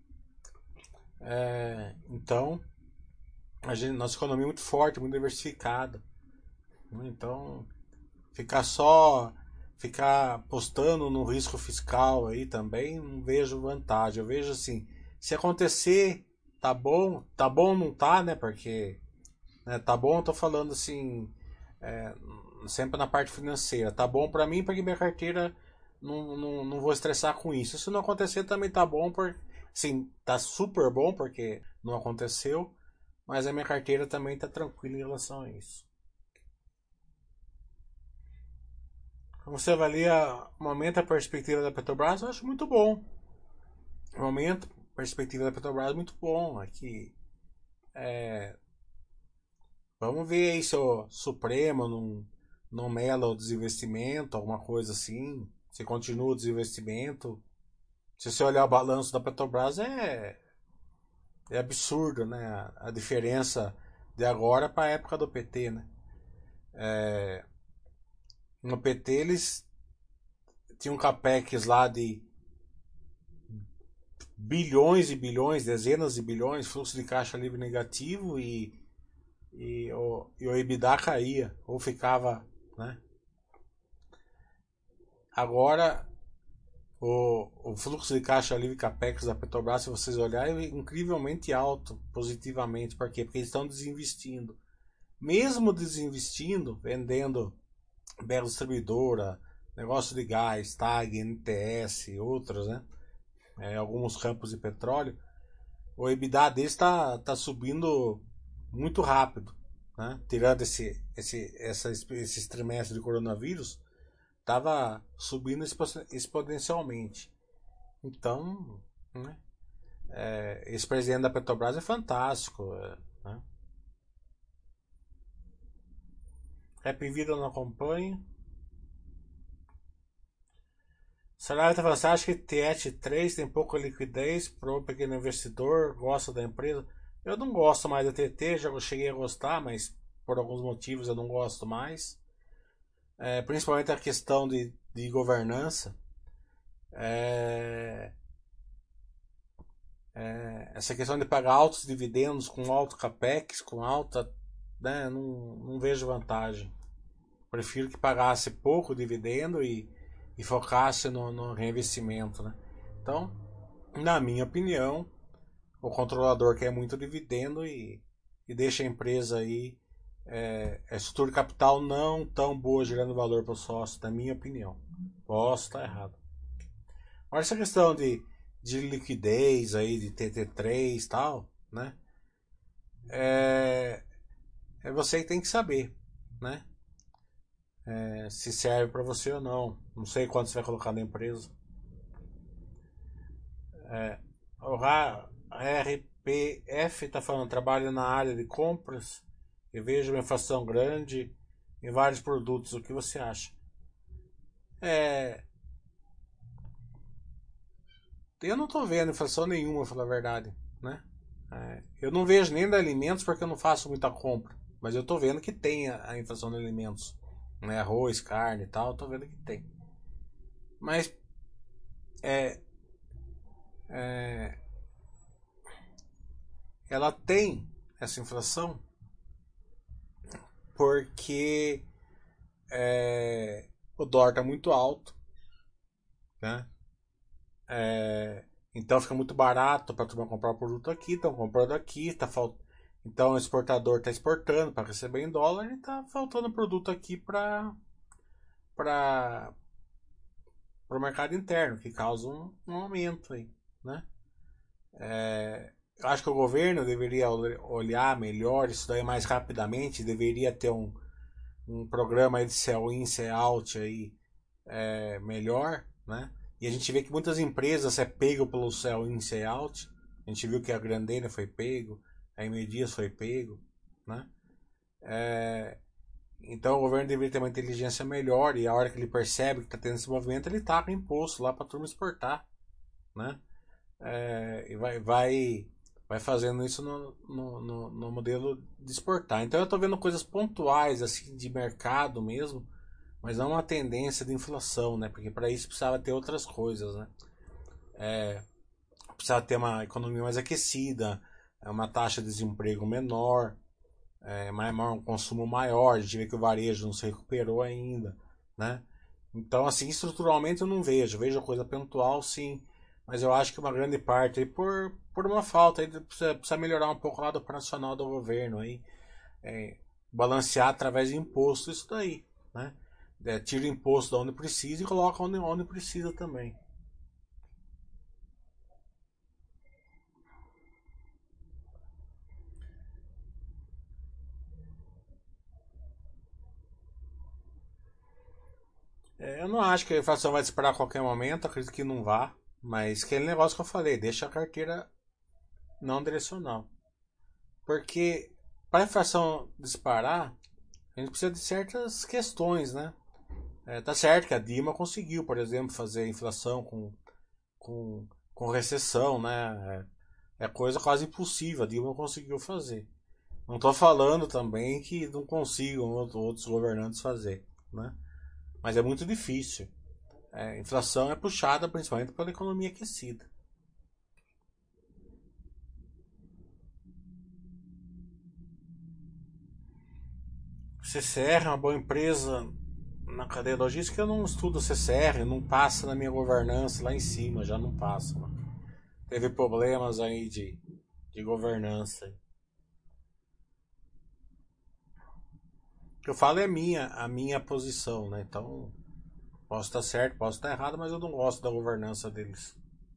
Speaker 1: É, então, a gente, nossa economia é muito forte, muito diversificada. Então, ficar só ficar apostando no risco fiscal aí também não vejo vantagem. Eu vejo assim, se acontecer, tá bom, tá bom não tá, né? Porque né, tá bom, eu tô falando assim, é, sempre na parte financeira. Tá bom para mim porque minha carteira não, não, não vou estressar com isso. Se não acontecer também tá bom, porque sim, tá super bom porque não aconteceu, mas a minha carteira também tá tranquila em relação a isso. Você avalia o momento a perspectiva da Petrobras? Eu acho muito bom. O momento, a perspectiva da Petrobras é muito bom. Aqui, é, vamos ver aí se o Supremo não, não mela o desinvestimento, alguma coisa assim. Se continua o desinvestimento. Se você olhar o balanço da Petrobras, é, é absurdo, né? A, a diferença de agora para a época do P T, né? É, no P T eles tinham um capex lá de bilhões e bilhões, dezenas de bilhões, fluxo de caixa livre negativo e, e, o, e o EBITDA caía, ou ficava, né? Agora, o, o fluxo de caixa livre capex da Petrobras, se vocês olharem, é incrivelmente alto, positivamente. Por quê? Porque eles estão desinvestindo. Mesmo desinvestindo, vendendo Bela Distribuidora, negócio de gás, TAG, N T S, outros, né? É, alguns campos de petróleo, o EBITDA deles está tá subindo muito rápido, né? Tirando esse, esse, essa, esse trimestre de coronavírus, estava subindo exponencialmente. Então, né? É, esse presidente da Petrobras é fantástico. Né? Rap Vida não acompanha. Salário você acha que T E T três tem pouca liquidez para o pequeno investidor? Gosta da empresa? Eu não gosto mais da T T, já cheguei a gostar, mas por alguns motivos eu não gosto mais. É, principalmente a questão de, de governança. É, é, essa questão de pagar altos dividendos com alto capex, com alta. Né, não, não vejo vantagem. Prefiro que pagasse pouco dividendo e, e focasse no, no reinvestimento. Né? Então, na minha opinião, o controlador quer muito dividendo e, e deixa a empresa aí é, é estrutura de capital não tão boa gerando valor para o sócio, na minha opinião. Posso estar errado. Mas essa questão de, de liquidez aí, de T T três e tal, né? É, é você que tem que saber, né? é, se serve para você ou não. Não sei quanto você vai colocar na empresa. É, o R P F está falando, trabalho na área de compras e vejo uma inflação grande em vários produtos. O que você acha? É, eu não estou vendo inflação nenhuma, pra falar a verdade, né? É, eu não vejo nem de alimentos porque eu não faço muita compra, mas eu estou vendo que tem a, a inflação de alimentos, né? Arroz, carne e tal, estou vendo que tem. Mas é, é, ela tem essa inflação porque é, o dólar está muito alto, né? É, então fica muito barato para turma comprar o produto aqui, estão comprando aqui, tá falt... então o exportador está exportando para receber em dólar e está faltando produto aqui para para o mercado interno, que causa um, um aumento aí, né? É, eu acho que o governo deveria olhar melhor isso daí mais rapidamente, deveria ter um, um programa de sell in, sell out aí é, melhor, né? E a gente vê que muitas empresas é pego pelo sell in, sell out. A gente viu que a Grandene foi pego, a M Dias foi pego, né? É, então o governo deveria ter uma inteligência melhor e a hora que ele percebe que está tendo esse movimento, ele taca imposto lá para a turma exportar, né? É, e vai, vai, vai fazendo isso no, no, no, no modelo de exportar. Então eu estou vendo coisas pontuais assim de mercado mesmo, mas não uma tendência de inflação, né? Porque para isso precisava ter outras coisas, né? Precisava ter uma economia mais aquecida, uma taxa de desemprego menor, é, um consumo maior. A gente vê que o varejo não se recuperou ainda, né? Então, assim, estruturalmente eu não vejo. Vejo coisa pontual, sim, mas eu acho que uma grande parte aí por, por uma falta aí precisa, precisa melhorar um pouco o lado operacional do governo aí, é, balancear através de imposto isso daí, né? É, tira o imposto de onde precisa e coloca onde, onde precisa também. É, eu não acho que a inflação vai disparar a qualquer momento, acredito que não vá, mas aquele negócio que eu falei, deixa a carteira não direcional. Porque para a inflação disparar, a gente precisa de certas questões, né? É, tá certo que a Dilma conseguiu, por exemplo, fazer inflação com, com, com recessão, né? É, é coisa quase impossível, a Dilma conseguiu fazer. Não estou falando também que não consigam outros governantes fazer, né? Mas é muito difícil. É, a inflação é puxada principalmente pela economia aquecida. C C R é uma boa empresa na cadeia logística. Eu não estudo C C R, não passa na minha governança lá em cima, já não passa. Né? Teve problemas aí de, de governança. O que eu falo é minha, a minha posição, né? Então, posso estar certo, posso estar errado, mas eu não gosto da governança deles.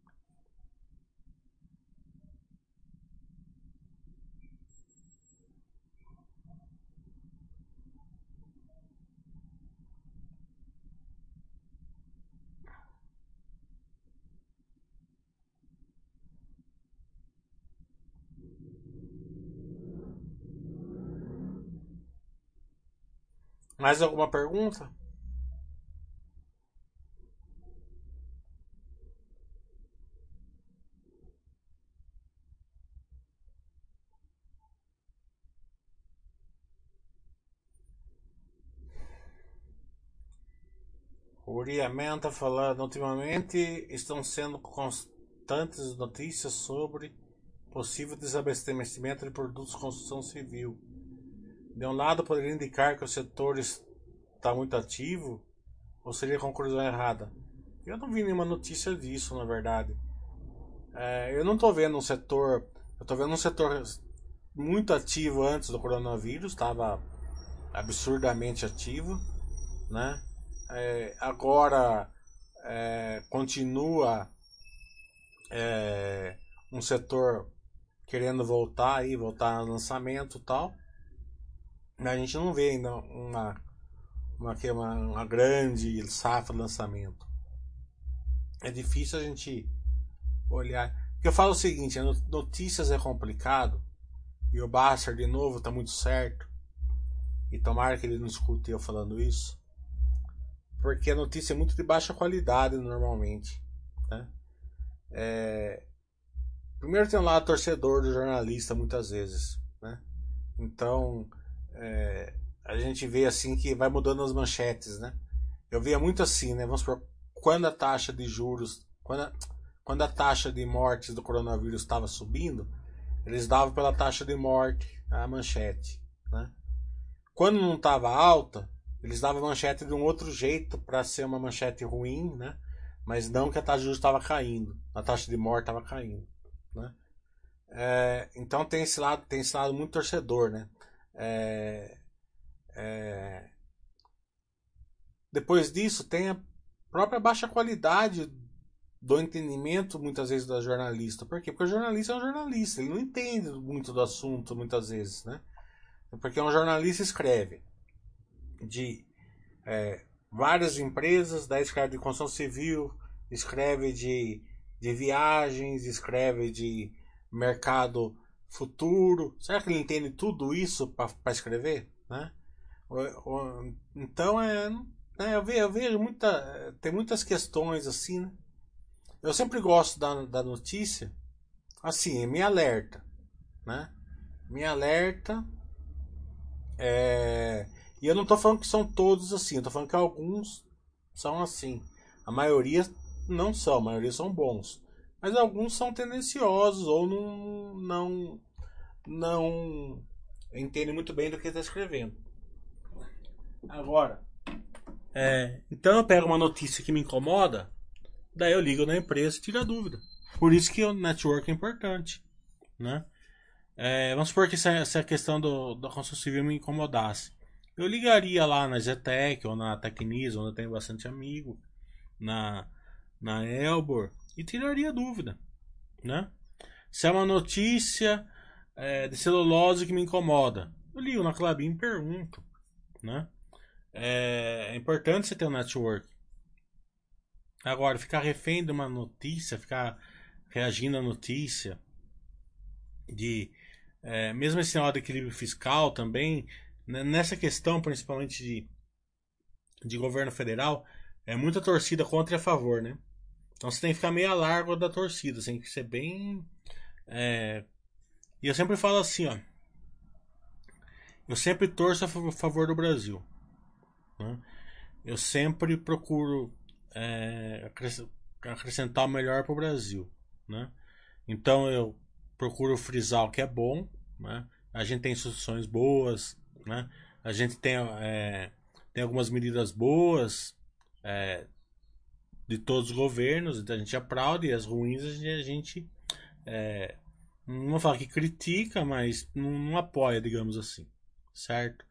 Speaker 1: Mais alguma pergunta? O Uriaman está falando, ultimamente estão sendo constantes notícias sobre possível desabastecimento de produtos de construção civil. De um lado, poderia indicar que o setor está muito ativo, ou seria a conclusão errada? Eu não vi nenhuma notícia disso, na verdade. É, eu não estou vendo um setor. Eu estou vendo um setor muito ativo antes do coronavírus, estava absurdamente ativo, né? É, agora é, continua é, um setor querendo voltar aí, voltar ao lançamento e tal. Mas a gente não vê ainda uma, uma, uma, uma grande safra de lançamento. É difícil a gente olhar. Porque eu falo o seguinte, notícias é complicado, e o Basser de novo tá muito certo, e tomara que ele não escute eu falando isso, porque a notícia é muito de baixa qualidade normalmente, né? É... Primeiro tem um lado torcedor do jornalista muitas vezes, né? Então é... a gente vê assim que vai mudando as manchetes, né? Eu via muito assim, né? Vamos supor, quando a taxa de juros, quando a, quando a taxa de mortes do coronavírus estava subindo, eles davam pela taxa de morte a manchete, né? Quando não estava alta, eles davam a manchete de um outro jeito para ser uma manchete ruim, né? Mas não que a taxa de juros estava caindo, a taxa de morte estava caindo, né? É, então tem esse lado, tem esse lado muito torcedor, né? É, é... Depois disso tem a própria baixa qualidade do entendimento muitas vezes da jornalista. Por quê? Porque o jornalista é um jornalista, ele não entende muito do assunto muitas vezes, né? Porque um jornalista escreve de é, várias empresas, daí escreve de construção civil, escreve de, de viagens, escreve de mercado futuro. Será que ele entende tudo isso para escrever, né? Então é, é eu, vejo, eu vejo muita, tem muitas questões assim, né? Eu sempre gosto da, da notícia assim, me alerta, né? Me alerta. É... E eu não tô falando que são todos assim, eu tô falando que alguns são assim. A maioria não são, a maioria são bons. Mas alguns são tendenciosos ou não, não, não entendem muito bem do que está escrevendo. Agora, é... então eu pego uma notícia que me incomoda, daí eu ligo na empresa e tiro a dúvida. Por isso que o network é importante, né? É, vamos supor que se essa questão do, da construção civil me incomodasse. Eu ligaria lá na Zetec ou na Tecnis, onde eu tenho bastante amigo, na, na Elbor, e tiraria dúvida, né? Se é uma notícia é, de celulose que me incomoda, eu ligo na Clabin e pergunto, né? É, é importante você ter um network. Agora, ficar refém de uma notícia, ficar reagindo à notícia, de é, mesmo esse sinal de equilíbrio fiscal também, né, nessa questão principalmente de, de governo federal, é muita torcida contra e a favor, né? Então você tem que ficar meio a largo da torcida, você tem que ser bem. É... E eu sempre falo assim, ó. Eu sempre torço a favor do Brasil, né? Eu sempre procuro é, acrescentar o melhor para o Brasil, né? Então eu procuro frisar o que é bom, né? A gente tem instituições boas, né? A gente tem, é, tem algumas medidas boas é, de todos os governos, então a gente aplaude, e as ruins a gente, a gente é, não vou falar que critica, mas não, não apoia, digamos assim, certo?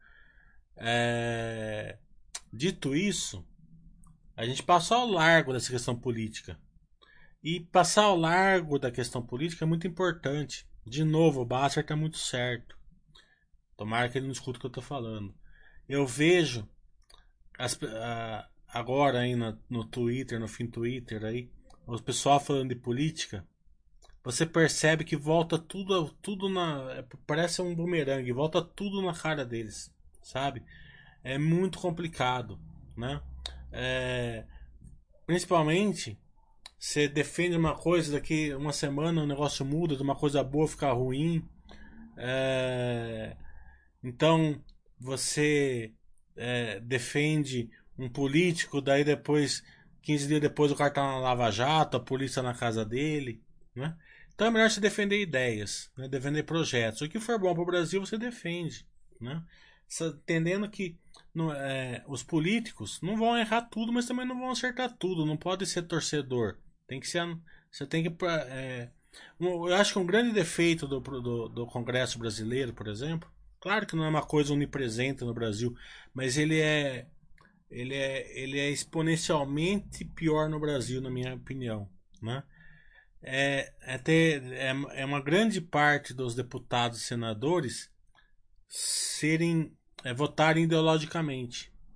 Speaker 1: É, dito isso, a gente passou ao largo dessa questão política. E passar ao largo da questão política é muito importante. De novo, o Basser está muito certo. Tomara que ele não escuta o que eu estou falando. Eu vejo as, a, agora aí no, no Twitter, no fim Twitter aí, o pessoal falando de política. Você percebe que volta tudo, tudo na. Parece um bumerangue, volta tudo na cara deles, sabe? É muito complicado, né? É, principalmente, você defende uma coisa, daqui uma semana o negócio muda, de uma coisa boa ficar ruim. É, então, você é, defende um político, daí depois, quinze dias depois, o cara tá na Lava Jato, a polícia na casa dele, né? Então é melhor você defender ideias, né? Defender projetos. O que for bom para o Brasil, você defende, né? Entendendo que não, é, os políticos não vão errar tudo, mas também não vão acertar tudo. Não pode ser torcedor. Tem que ser. Você tem que. É, eu acho que um grande defeito do, do, do Congresso brasileiro, por exemplo, claro que não é uma coisa onipresente no Brasil, mas ele é. Ele é, ele é exponencialmente pior no Brasil, na minha opinião, né? É, é, ter, é, é uma grande parte dos deputados e senadores serem é, votarem ideologicamente,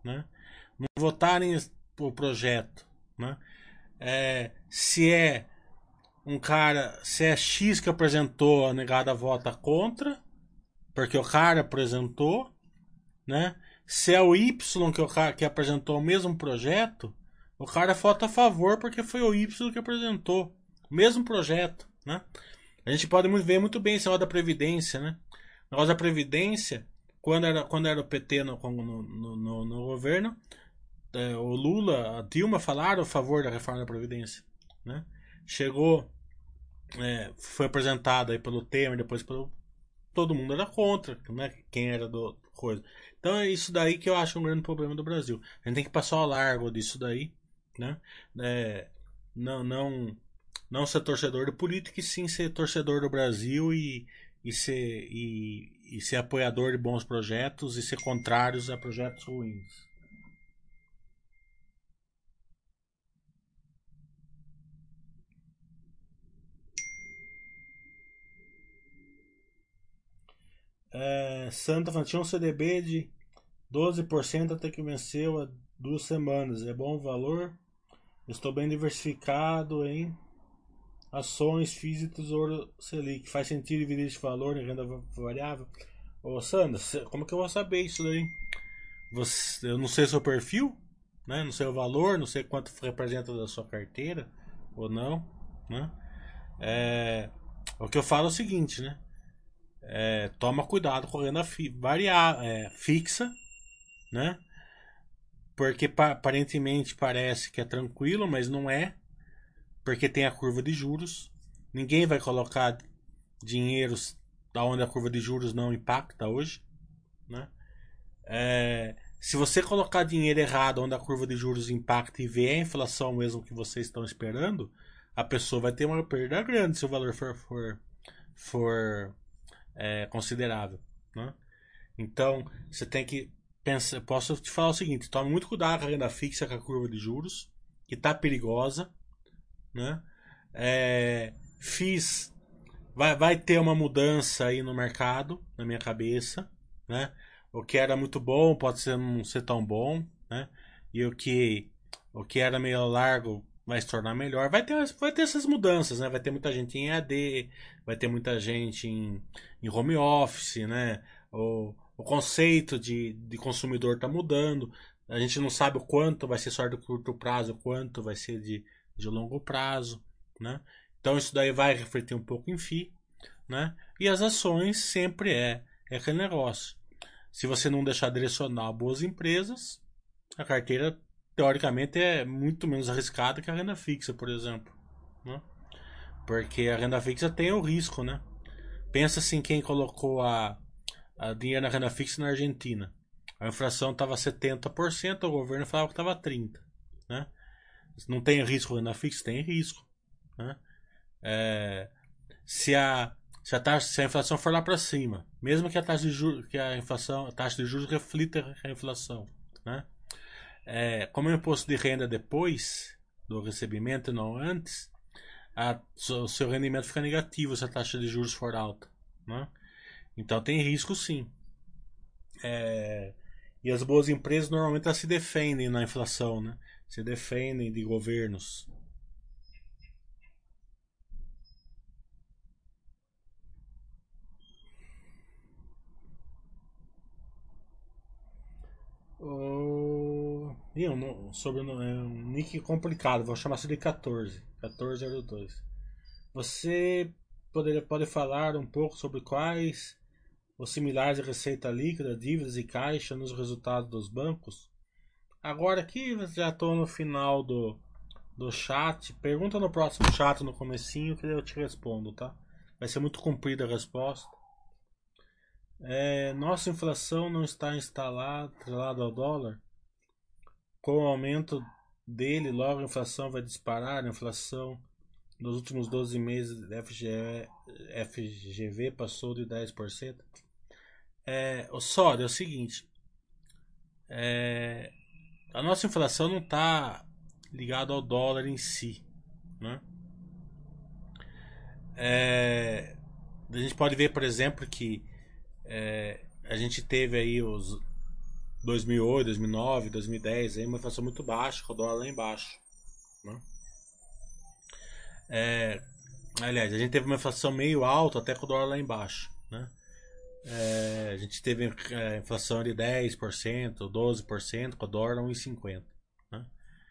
Speaker 1: né? Não votarem o projeto, né? É, se é um cara, se é X que apresentou, a negada vota contra, porque o cara apresentou, né? Se é o Y que, o cara, que apresentou o mesmo projeto, o cara vota a favor porque foi o Y que apresentou o mesmo projeto, né? A gente pode ver muito bem esse negócio da Previdência, né? O negócio da Previdência, quando era, quando era o P T no, no, no, no governo, é, o Lula, a Dilma falaram a favor da reforma da Previdência, né? Chegou, é, foi apresentado aí pelo Temer, depois pelo todo mundo era contra, né? Quem era do coisa. Então é isso daí que eu acho um grande problema do Brasil. A gente tem que passar ao largo disso daí, né? É, não, não, não ser torcedor do político, e sim ser torcedor do Brasil e, e, ser, e, e ser apoiador de bons projetos e ser contrários a projetos ruins. É, Santa falando, tinha um C D B de doze por cento até que venceu há duas semanas. É bom o valor? Estou bem diversificado em ações, F I Is e Tesouro Selic. Faz sentido dividir esse valor em renda variável? Ô Sandra, como que eu vou saber isso daí? Você, eu não sei o seu perfil, né? Não sei o valor, não sei quanto representa da sua carteira ou não, né? É, o que eu falo é o seguinte, né? É, toma cuidado com a renda fi, variável, é, fixa, né? Porque aparentemente parece que é tranquilo, mas não é, porque tem a curva de juros. Ninguém vai colocar dinheiros da onde a curva de juros não impacta hoje, né? É, se você colocar dinheiro errado onde a curva de juros impacta e vê a inflação mesmo que vocês estão esperando, a pessoa vai ter uma perda grande se o valor for, for, for é, considerável, né? Então você tem que pensar. Posso te falar o seguinte: tome muito cuidado com a renda fixa, com a curva de juros, que está perigosa, né? É, fiz vai, vai ter uma mudança aí no mercado, na minha cabeça, né? O que era muito bom pode ser não ser tão bom, né? E o que o que era meio largo vai se tornar melhor. Vai ter, vai ter essas mudanças, né? Vai ter muita gente em E A D, vai ter muita gente em, em home office, né? O, o conceito de, de consumidor está mudando. A gente não sabe o quanto vai ser só de curto prazo, o quanto vai ser de, de longo prazo, né? Então isso daí vai refletir um pouco em F I, né? E as ações sempre é, é aquele negócio. Se você não deixar direcionar boas empresas, a carteira teoricamente é muito menos arriscada que a renda fixa, por exemplo, né? Porque a renda fixa tem o risco, né? Pensa assim, quem colocou a, a dinheiro na renda fixa na Argentina. A inflação estava setenta por cento, o governo falava que estava trinta por cento, né? Não tem risco renda fixa? Tem risco, né? É, se a se a taxa, se a inflação for lá para cima, mesmo que a taxa de juros, que a inflação, a taxa de juros reflita a inflação, né? É, como é o imposto de renda depois do recebimento e não antes, a, o seu rendimento fica negativo se a taxa de juros for alta, né? Então tem risco sim. É, e as boas empresas normalmente elas se defendem na inflação, né? Se defendem de governos. O... Ih, um, sobre é um nick complicado, vou chamar isso de quatorze. quatorze zero dois. Você poderia, pode falar um pouco sobre quais os similares de receita líquida, dívidas e caixa nos resultados dos bancos? Agora aqui já estou no final do, do chat. Pergunta no próximo chat no comecinho que eu te respondo, tá? Vai ser muito comprida a resposta. É, nossa inflação não está instalada atrelada ao dólar. Com o aumento dele, logo a inflação vai disparar. A inflação nos últimos doze meses da F G V passou de dez por cento. É, o sódio é o seguinte: é, a nossa inflação não está ligada ao dólar em si, né? É, a gente pode ver, por exemplo, que é, a gente teve aí os, dois mil e oito, dois mil e nove, dois mil e dez, aí uma inflação muito baixa, com o dólar lá embaixo, né? É, aliás, a gente teve uma inflação meio alta até com o dólar lá embaixo, né? É, a gente teve é, inflação de dez por cento, doze por cento, com o dólar um vírgula cinquenta, né?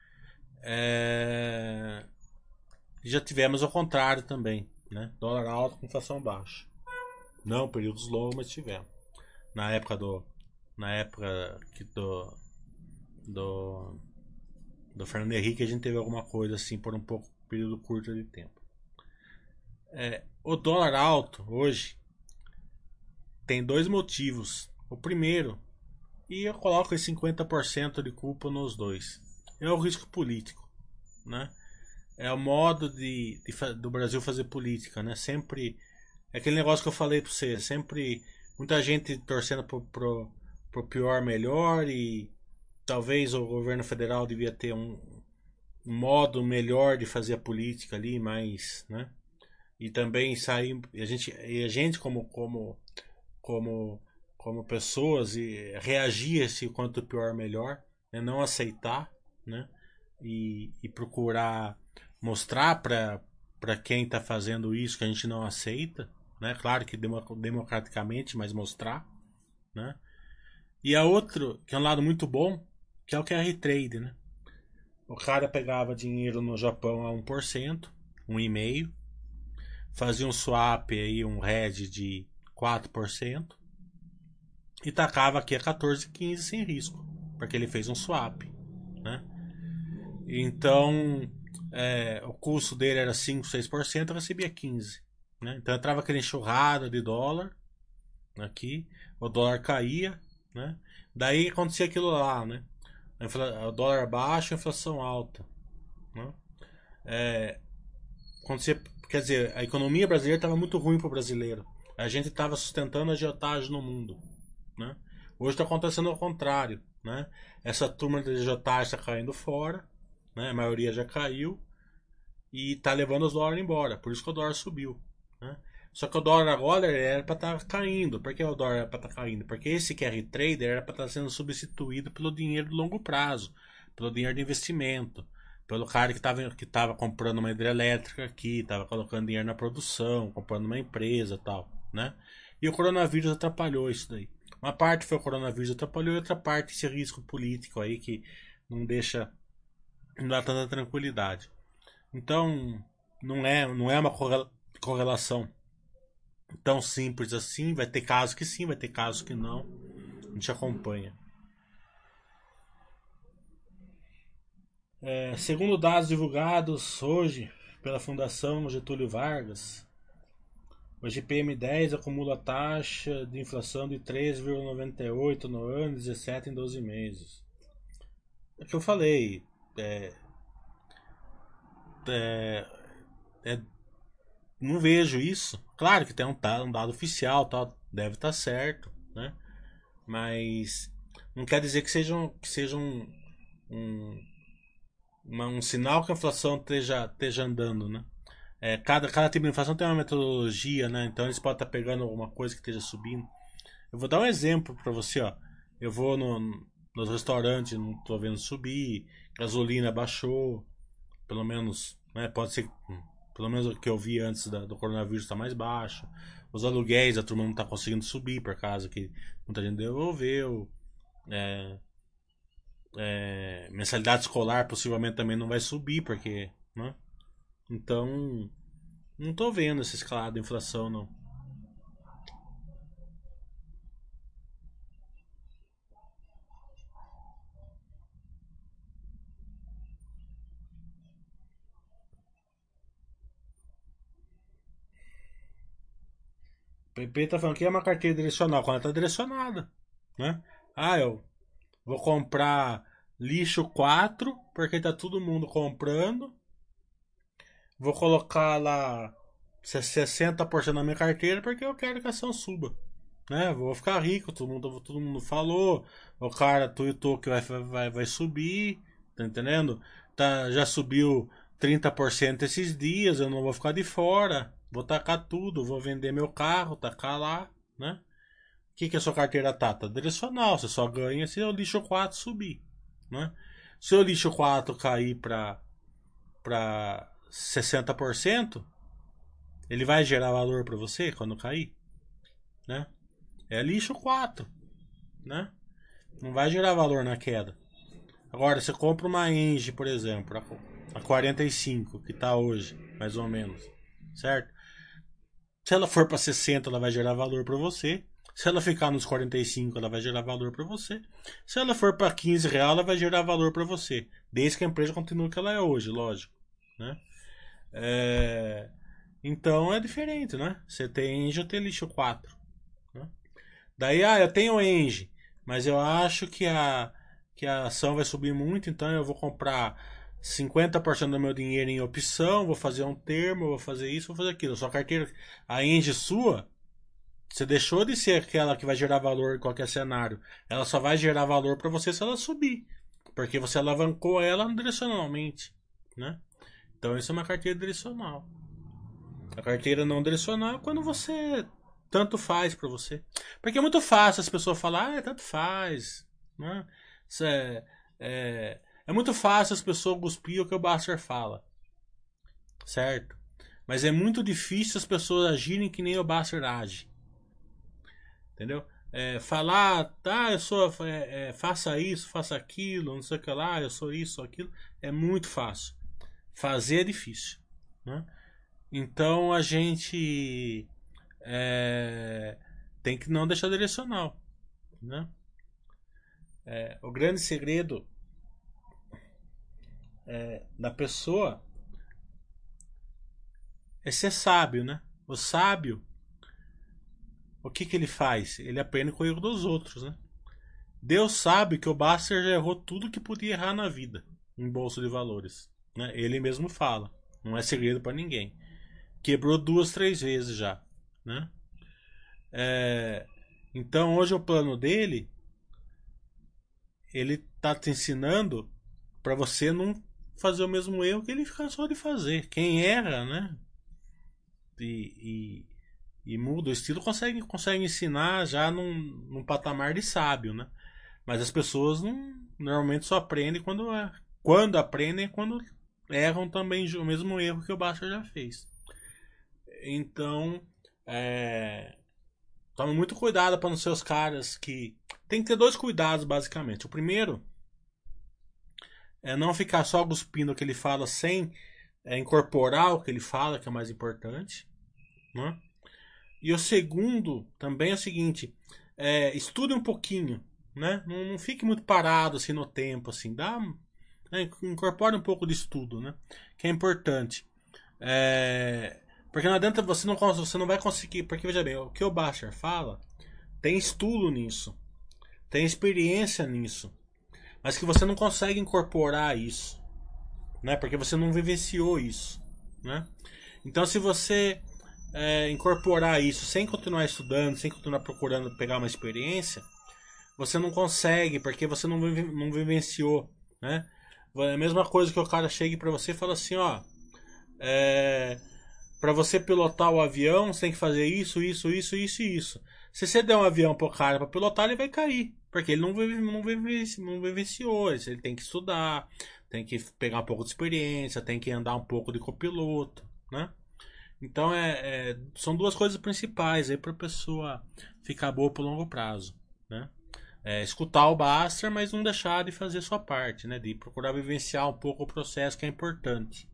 Speaker 1: É, já tivemos ao contrário também, né? Dólar alto com inflação baixa. Não períodos longos, mas tivemos. Na época do na época que do do do Fernando Henrique a gente teve alguma coisa assim por um pouco período curto de tempo. É, o dólar alto hoje tem dois motivos. O primeiro, e eu coloco esse cinquenta por cento de culpa nos dois, é o risco político, né? É o modo de, de do Brasil fazer política, né? Sempre é aquele negócio que eu falei para você, sempre muita gente torcendo pro, pro, pro pior melhor, e talvez o governo federal devia ter um, um modo melhor de fazer a política ali, mas, né? E também sair, a gente, e a gente como como como como pessoas e reagir a esse quanto pior melhor, né? Não aceitar, né? E, e procurar mostrar para para quem está fazendo isso que a gente não aceita, né? Claro que democraticamente, mas mostrar, né? E a outro, que é um lado muito bom, que é o Q R Trade, né? O cara pegava dinheiro no Japão a um por cento, um vírgula cinco por cento, fazia um swap aí, um hedge de quatro por cento e tacava aqui a quatorze, quinze sem risco, porque ele fez um swap, né? Então, é, o custo dele era cinco, seis por cento, eu recebia quinze por cento, né? Então entrava aquela enxurrada de dólar aqui, o dólar caía, né? Daí acontecia aquilo lá, né? O dólar baixo, a inflação alta, né? É, acontecia, quer dizer, a economia brasileira estava muito ruim para o brasileiro. A gente estava sustentando a agiotagem no mundo, né? Hoje está acontecendo ao contrário, né? Essa turma de agiotagem está caindo fora, né? A maioria já caiu e está levando os dólares embora. Por isso que o dólar subiu, né? Só que o dólar agora era para estar tá caindo. Por que o dólar era para estar tá caindo? Porque esse Q R Trader era para estar tá sendo substituído pelo dinheiro de longo prazo, pelo dinheiro de investimento, pelo cara que estava que tava comprando uma hidrelétrica aqui, estava colocando dinheiro na produção, comprando uma empresa e tal, né? E o coronavírus atrapalhou isso daí. Uma parte foi o coronavírus atrapalhou, e outra parte esse risco político aí que não deixa, não dá tanta tranquilidade. Então, não é, não é uma correlação tão simples assim. Vai ter casos que sim, vai ter casos que não. A gente acompanha. É, segundo dados divulgados hoje pela Fundação Getúlio Vargas, o I P M dez acumula taxa de inflação de três vírgula noventa e oito no ano, dezessete em doze meses. É o que eu falei. É, é, é, não vejo isso. Claro que tem um, um dado oficial, tal, deve estar certo, né? Mas não quer dizer que seja um, que seja um, um, uma, um sinal que a inflação esteja, esteja andando, né? É, cada, cada tipo de inflação tem uma metodologia, né? Então eles podem estar pegando alguma coisa que esteja subindo. Eu vou dar um exemplo para você, ó. Eu vou no, nos restaurantes, não estou vendo subir, gasolina baixou, pelo menos, né? Pode ser, pelo menos o que eu vi antes da, do coronavírus está mais baixo. Os aluguéis, a turma não está conseguindo subir por causa que muita gente devolveu. É, é, mensalidade escolar possivelmente também não vai subir, porque, né? Então, não tô vendo essa escalada de inflação, não. O P P tá falando que é uma carteira direcional, quando ela tá direcionada, né? Ah, eu vou comprar lixo quatro porque tá todo mundo comprando. Vou colocar lá sessenta por cento na minha carteira porque eu quero que a ação suba, né? Vou ficar rico, todo mundo, todo mundo falou. O cara tweetou que vai, vai, vai subir, tá entendendo? Tá, já subiu trinta por cento esses dias, eu não vou ficar de fora. Vou tacar tudo, vou vender meu carro, tacar lá, né? que, que a sua carteira tá? Tá direcional, você só ganha se o lixo quatro subir, né? Se o lixo quatro cair para para sessenta por cento, ele vai gerar valor para você quando cair, né? É lixo quatro, né? Não vai gerar valor na queda. Agora, você compra uma Engie, por exemplo, a quarenta e cinco, que está hoje, mais ou menos, certo? Se ela for para sessenta, ela vai gerar valor para você. Se ela ficar nos quarenta e cinco, ela vai gerar valor para você. Se ela for para quinze reais, ela vai gerar valor para você. Desde que a empresa continue o que ela é hoje, lógico, né? É... Então é diferente, né? Você tem Engie, eu tenho lixo quatro, né? Daí, ah, eu tenho Engie, mas eu acho que a, que a ação vai subir muito, então eu vou comprar cinquenta por cento do meu dinheiro em opção, vou fazer um termo, vou fazer isso, vou fazer aquilo. A sua carteira, a Engie sua, você deixou de ser aquela que vai gerar valor em qualquer cenário. Ela só vai gerar valor para você se ela subir, porque você alavancou ela direcionalmente, né? Então isso é uma carteira direcional. A carteira não direcional é quando você tanto faz para você. Porque é muito fácil as pessoas falar, ah, tanto faz, né? Isso é, é, é muito fácil as pessoas cuspir o que o Buster fala, certo? Mas é muito difícil as pessoas agirem que nem o Buster age, entendeu? É, falar, tá, eu sou, é, é, faça isso, faça aquilo, não sei o que lá, eu sou isso, sou aquilo, é muito fácil. Fazer é difícil, né? Então a gente é, tem que não deixar direcional, né? É, o grande segredo é, da pessoa é ser sábio, né? O sábio, o que, que ele faz? Ele aprende com o erro dos outros, né? Deus sabe que o Buster já errou tudo que podia errar na vida em bolsa de valores, né? Ele mesmo fala, não é segredo para ninguém. Quebrou duas, três vezes já, né? É, então hoje o plano dele, ele tá te ensinando para você não fazer o mesmo erro que ele cansou de fazer. Quem erra, né? E, e, e muda o estilo consegue, consegue ensinar já num, num patamar de sábio, né? Mas as pessoas não, normalmente só aprendem quando é, quando aprendem é quando erram também o mesmo erro que o Buster já fez. Então, é, tome muito cuidado para não ser os caras que tem que ter dois cuidados basicamente. O primeiro é não ficar só cuspindo o que ele fala sem é, incorporar o que ele fala, que é mais importante, né? E o segundo também é o seguinte: é, estude um pouquinho, né? Não, não fique muito parado assim no tempo, assim, dá, né? Incorpore um pouco de estudo, né? Que é importante. É, porque não adianta você não você não vai conseguir, porque veja bem, o que o Basher fala tem estudo nisso, tem experiência nisso, mas que você não consegue incorporar isso, né? Porque você não vivenciou isso, né? Então se você é, incorporar isso sem continuar estudando, sem continuar procurando pegar uma experiência, você não consegue, porque você não, vive, não vivenciou, né? É a mesma coisa que o cara chegue para você e fala assim, ó, é, para você pilotar o avião, você tem que fazer isso, isso, isso, isso e isso. Se você der um avião pro cara para pilotar, ele vai cair, porque ele não, vive, não, vive, não vivenciou, ele tem que estudar, tem que pegar um pouco de experiência, tem que andar um pouco de copiloto, né? Então é, é, são duas coisas principais aí para a pessoa ficar boa por longo prazo, né? É, escutar o Buster, mas não deixar de fazer sua parte, né? De procurar vivenciar um pouco o processo que é importante.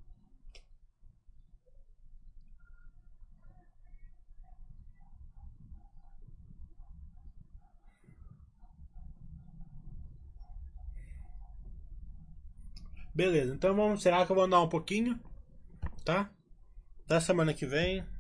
Speaker 1: Beleza, então vamos encerrar que eu vou andar um pouquinho, tá? Até semana que vem.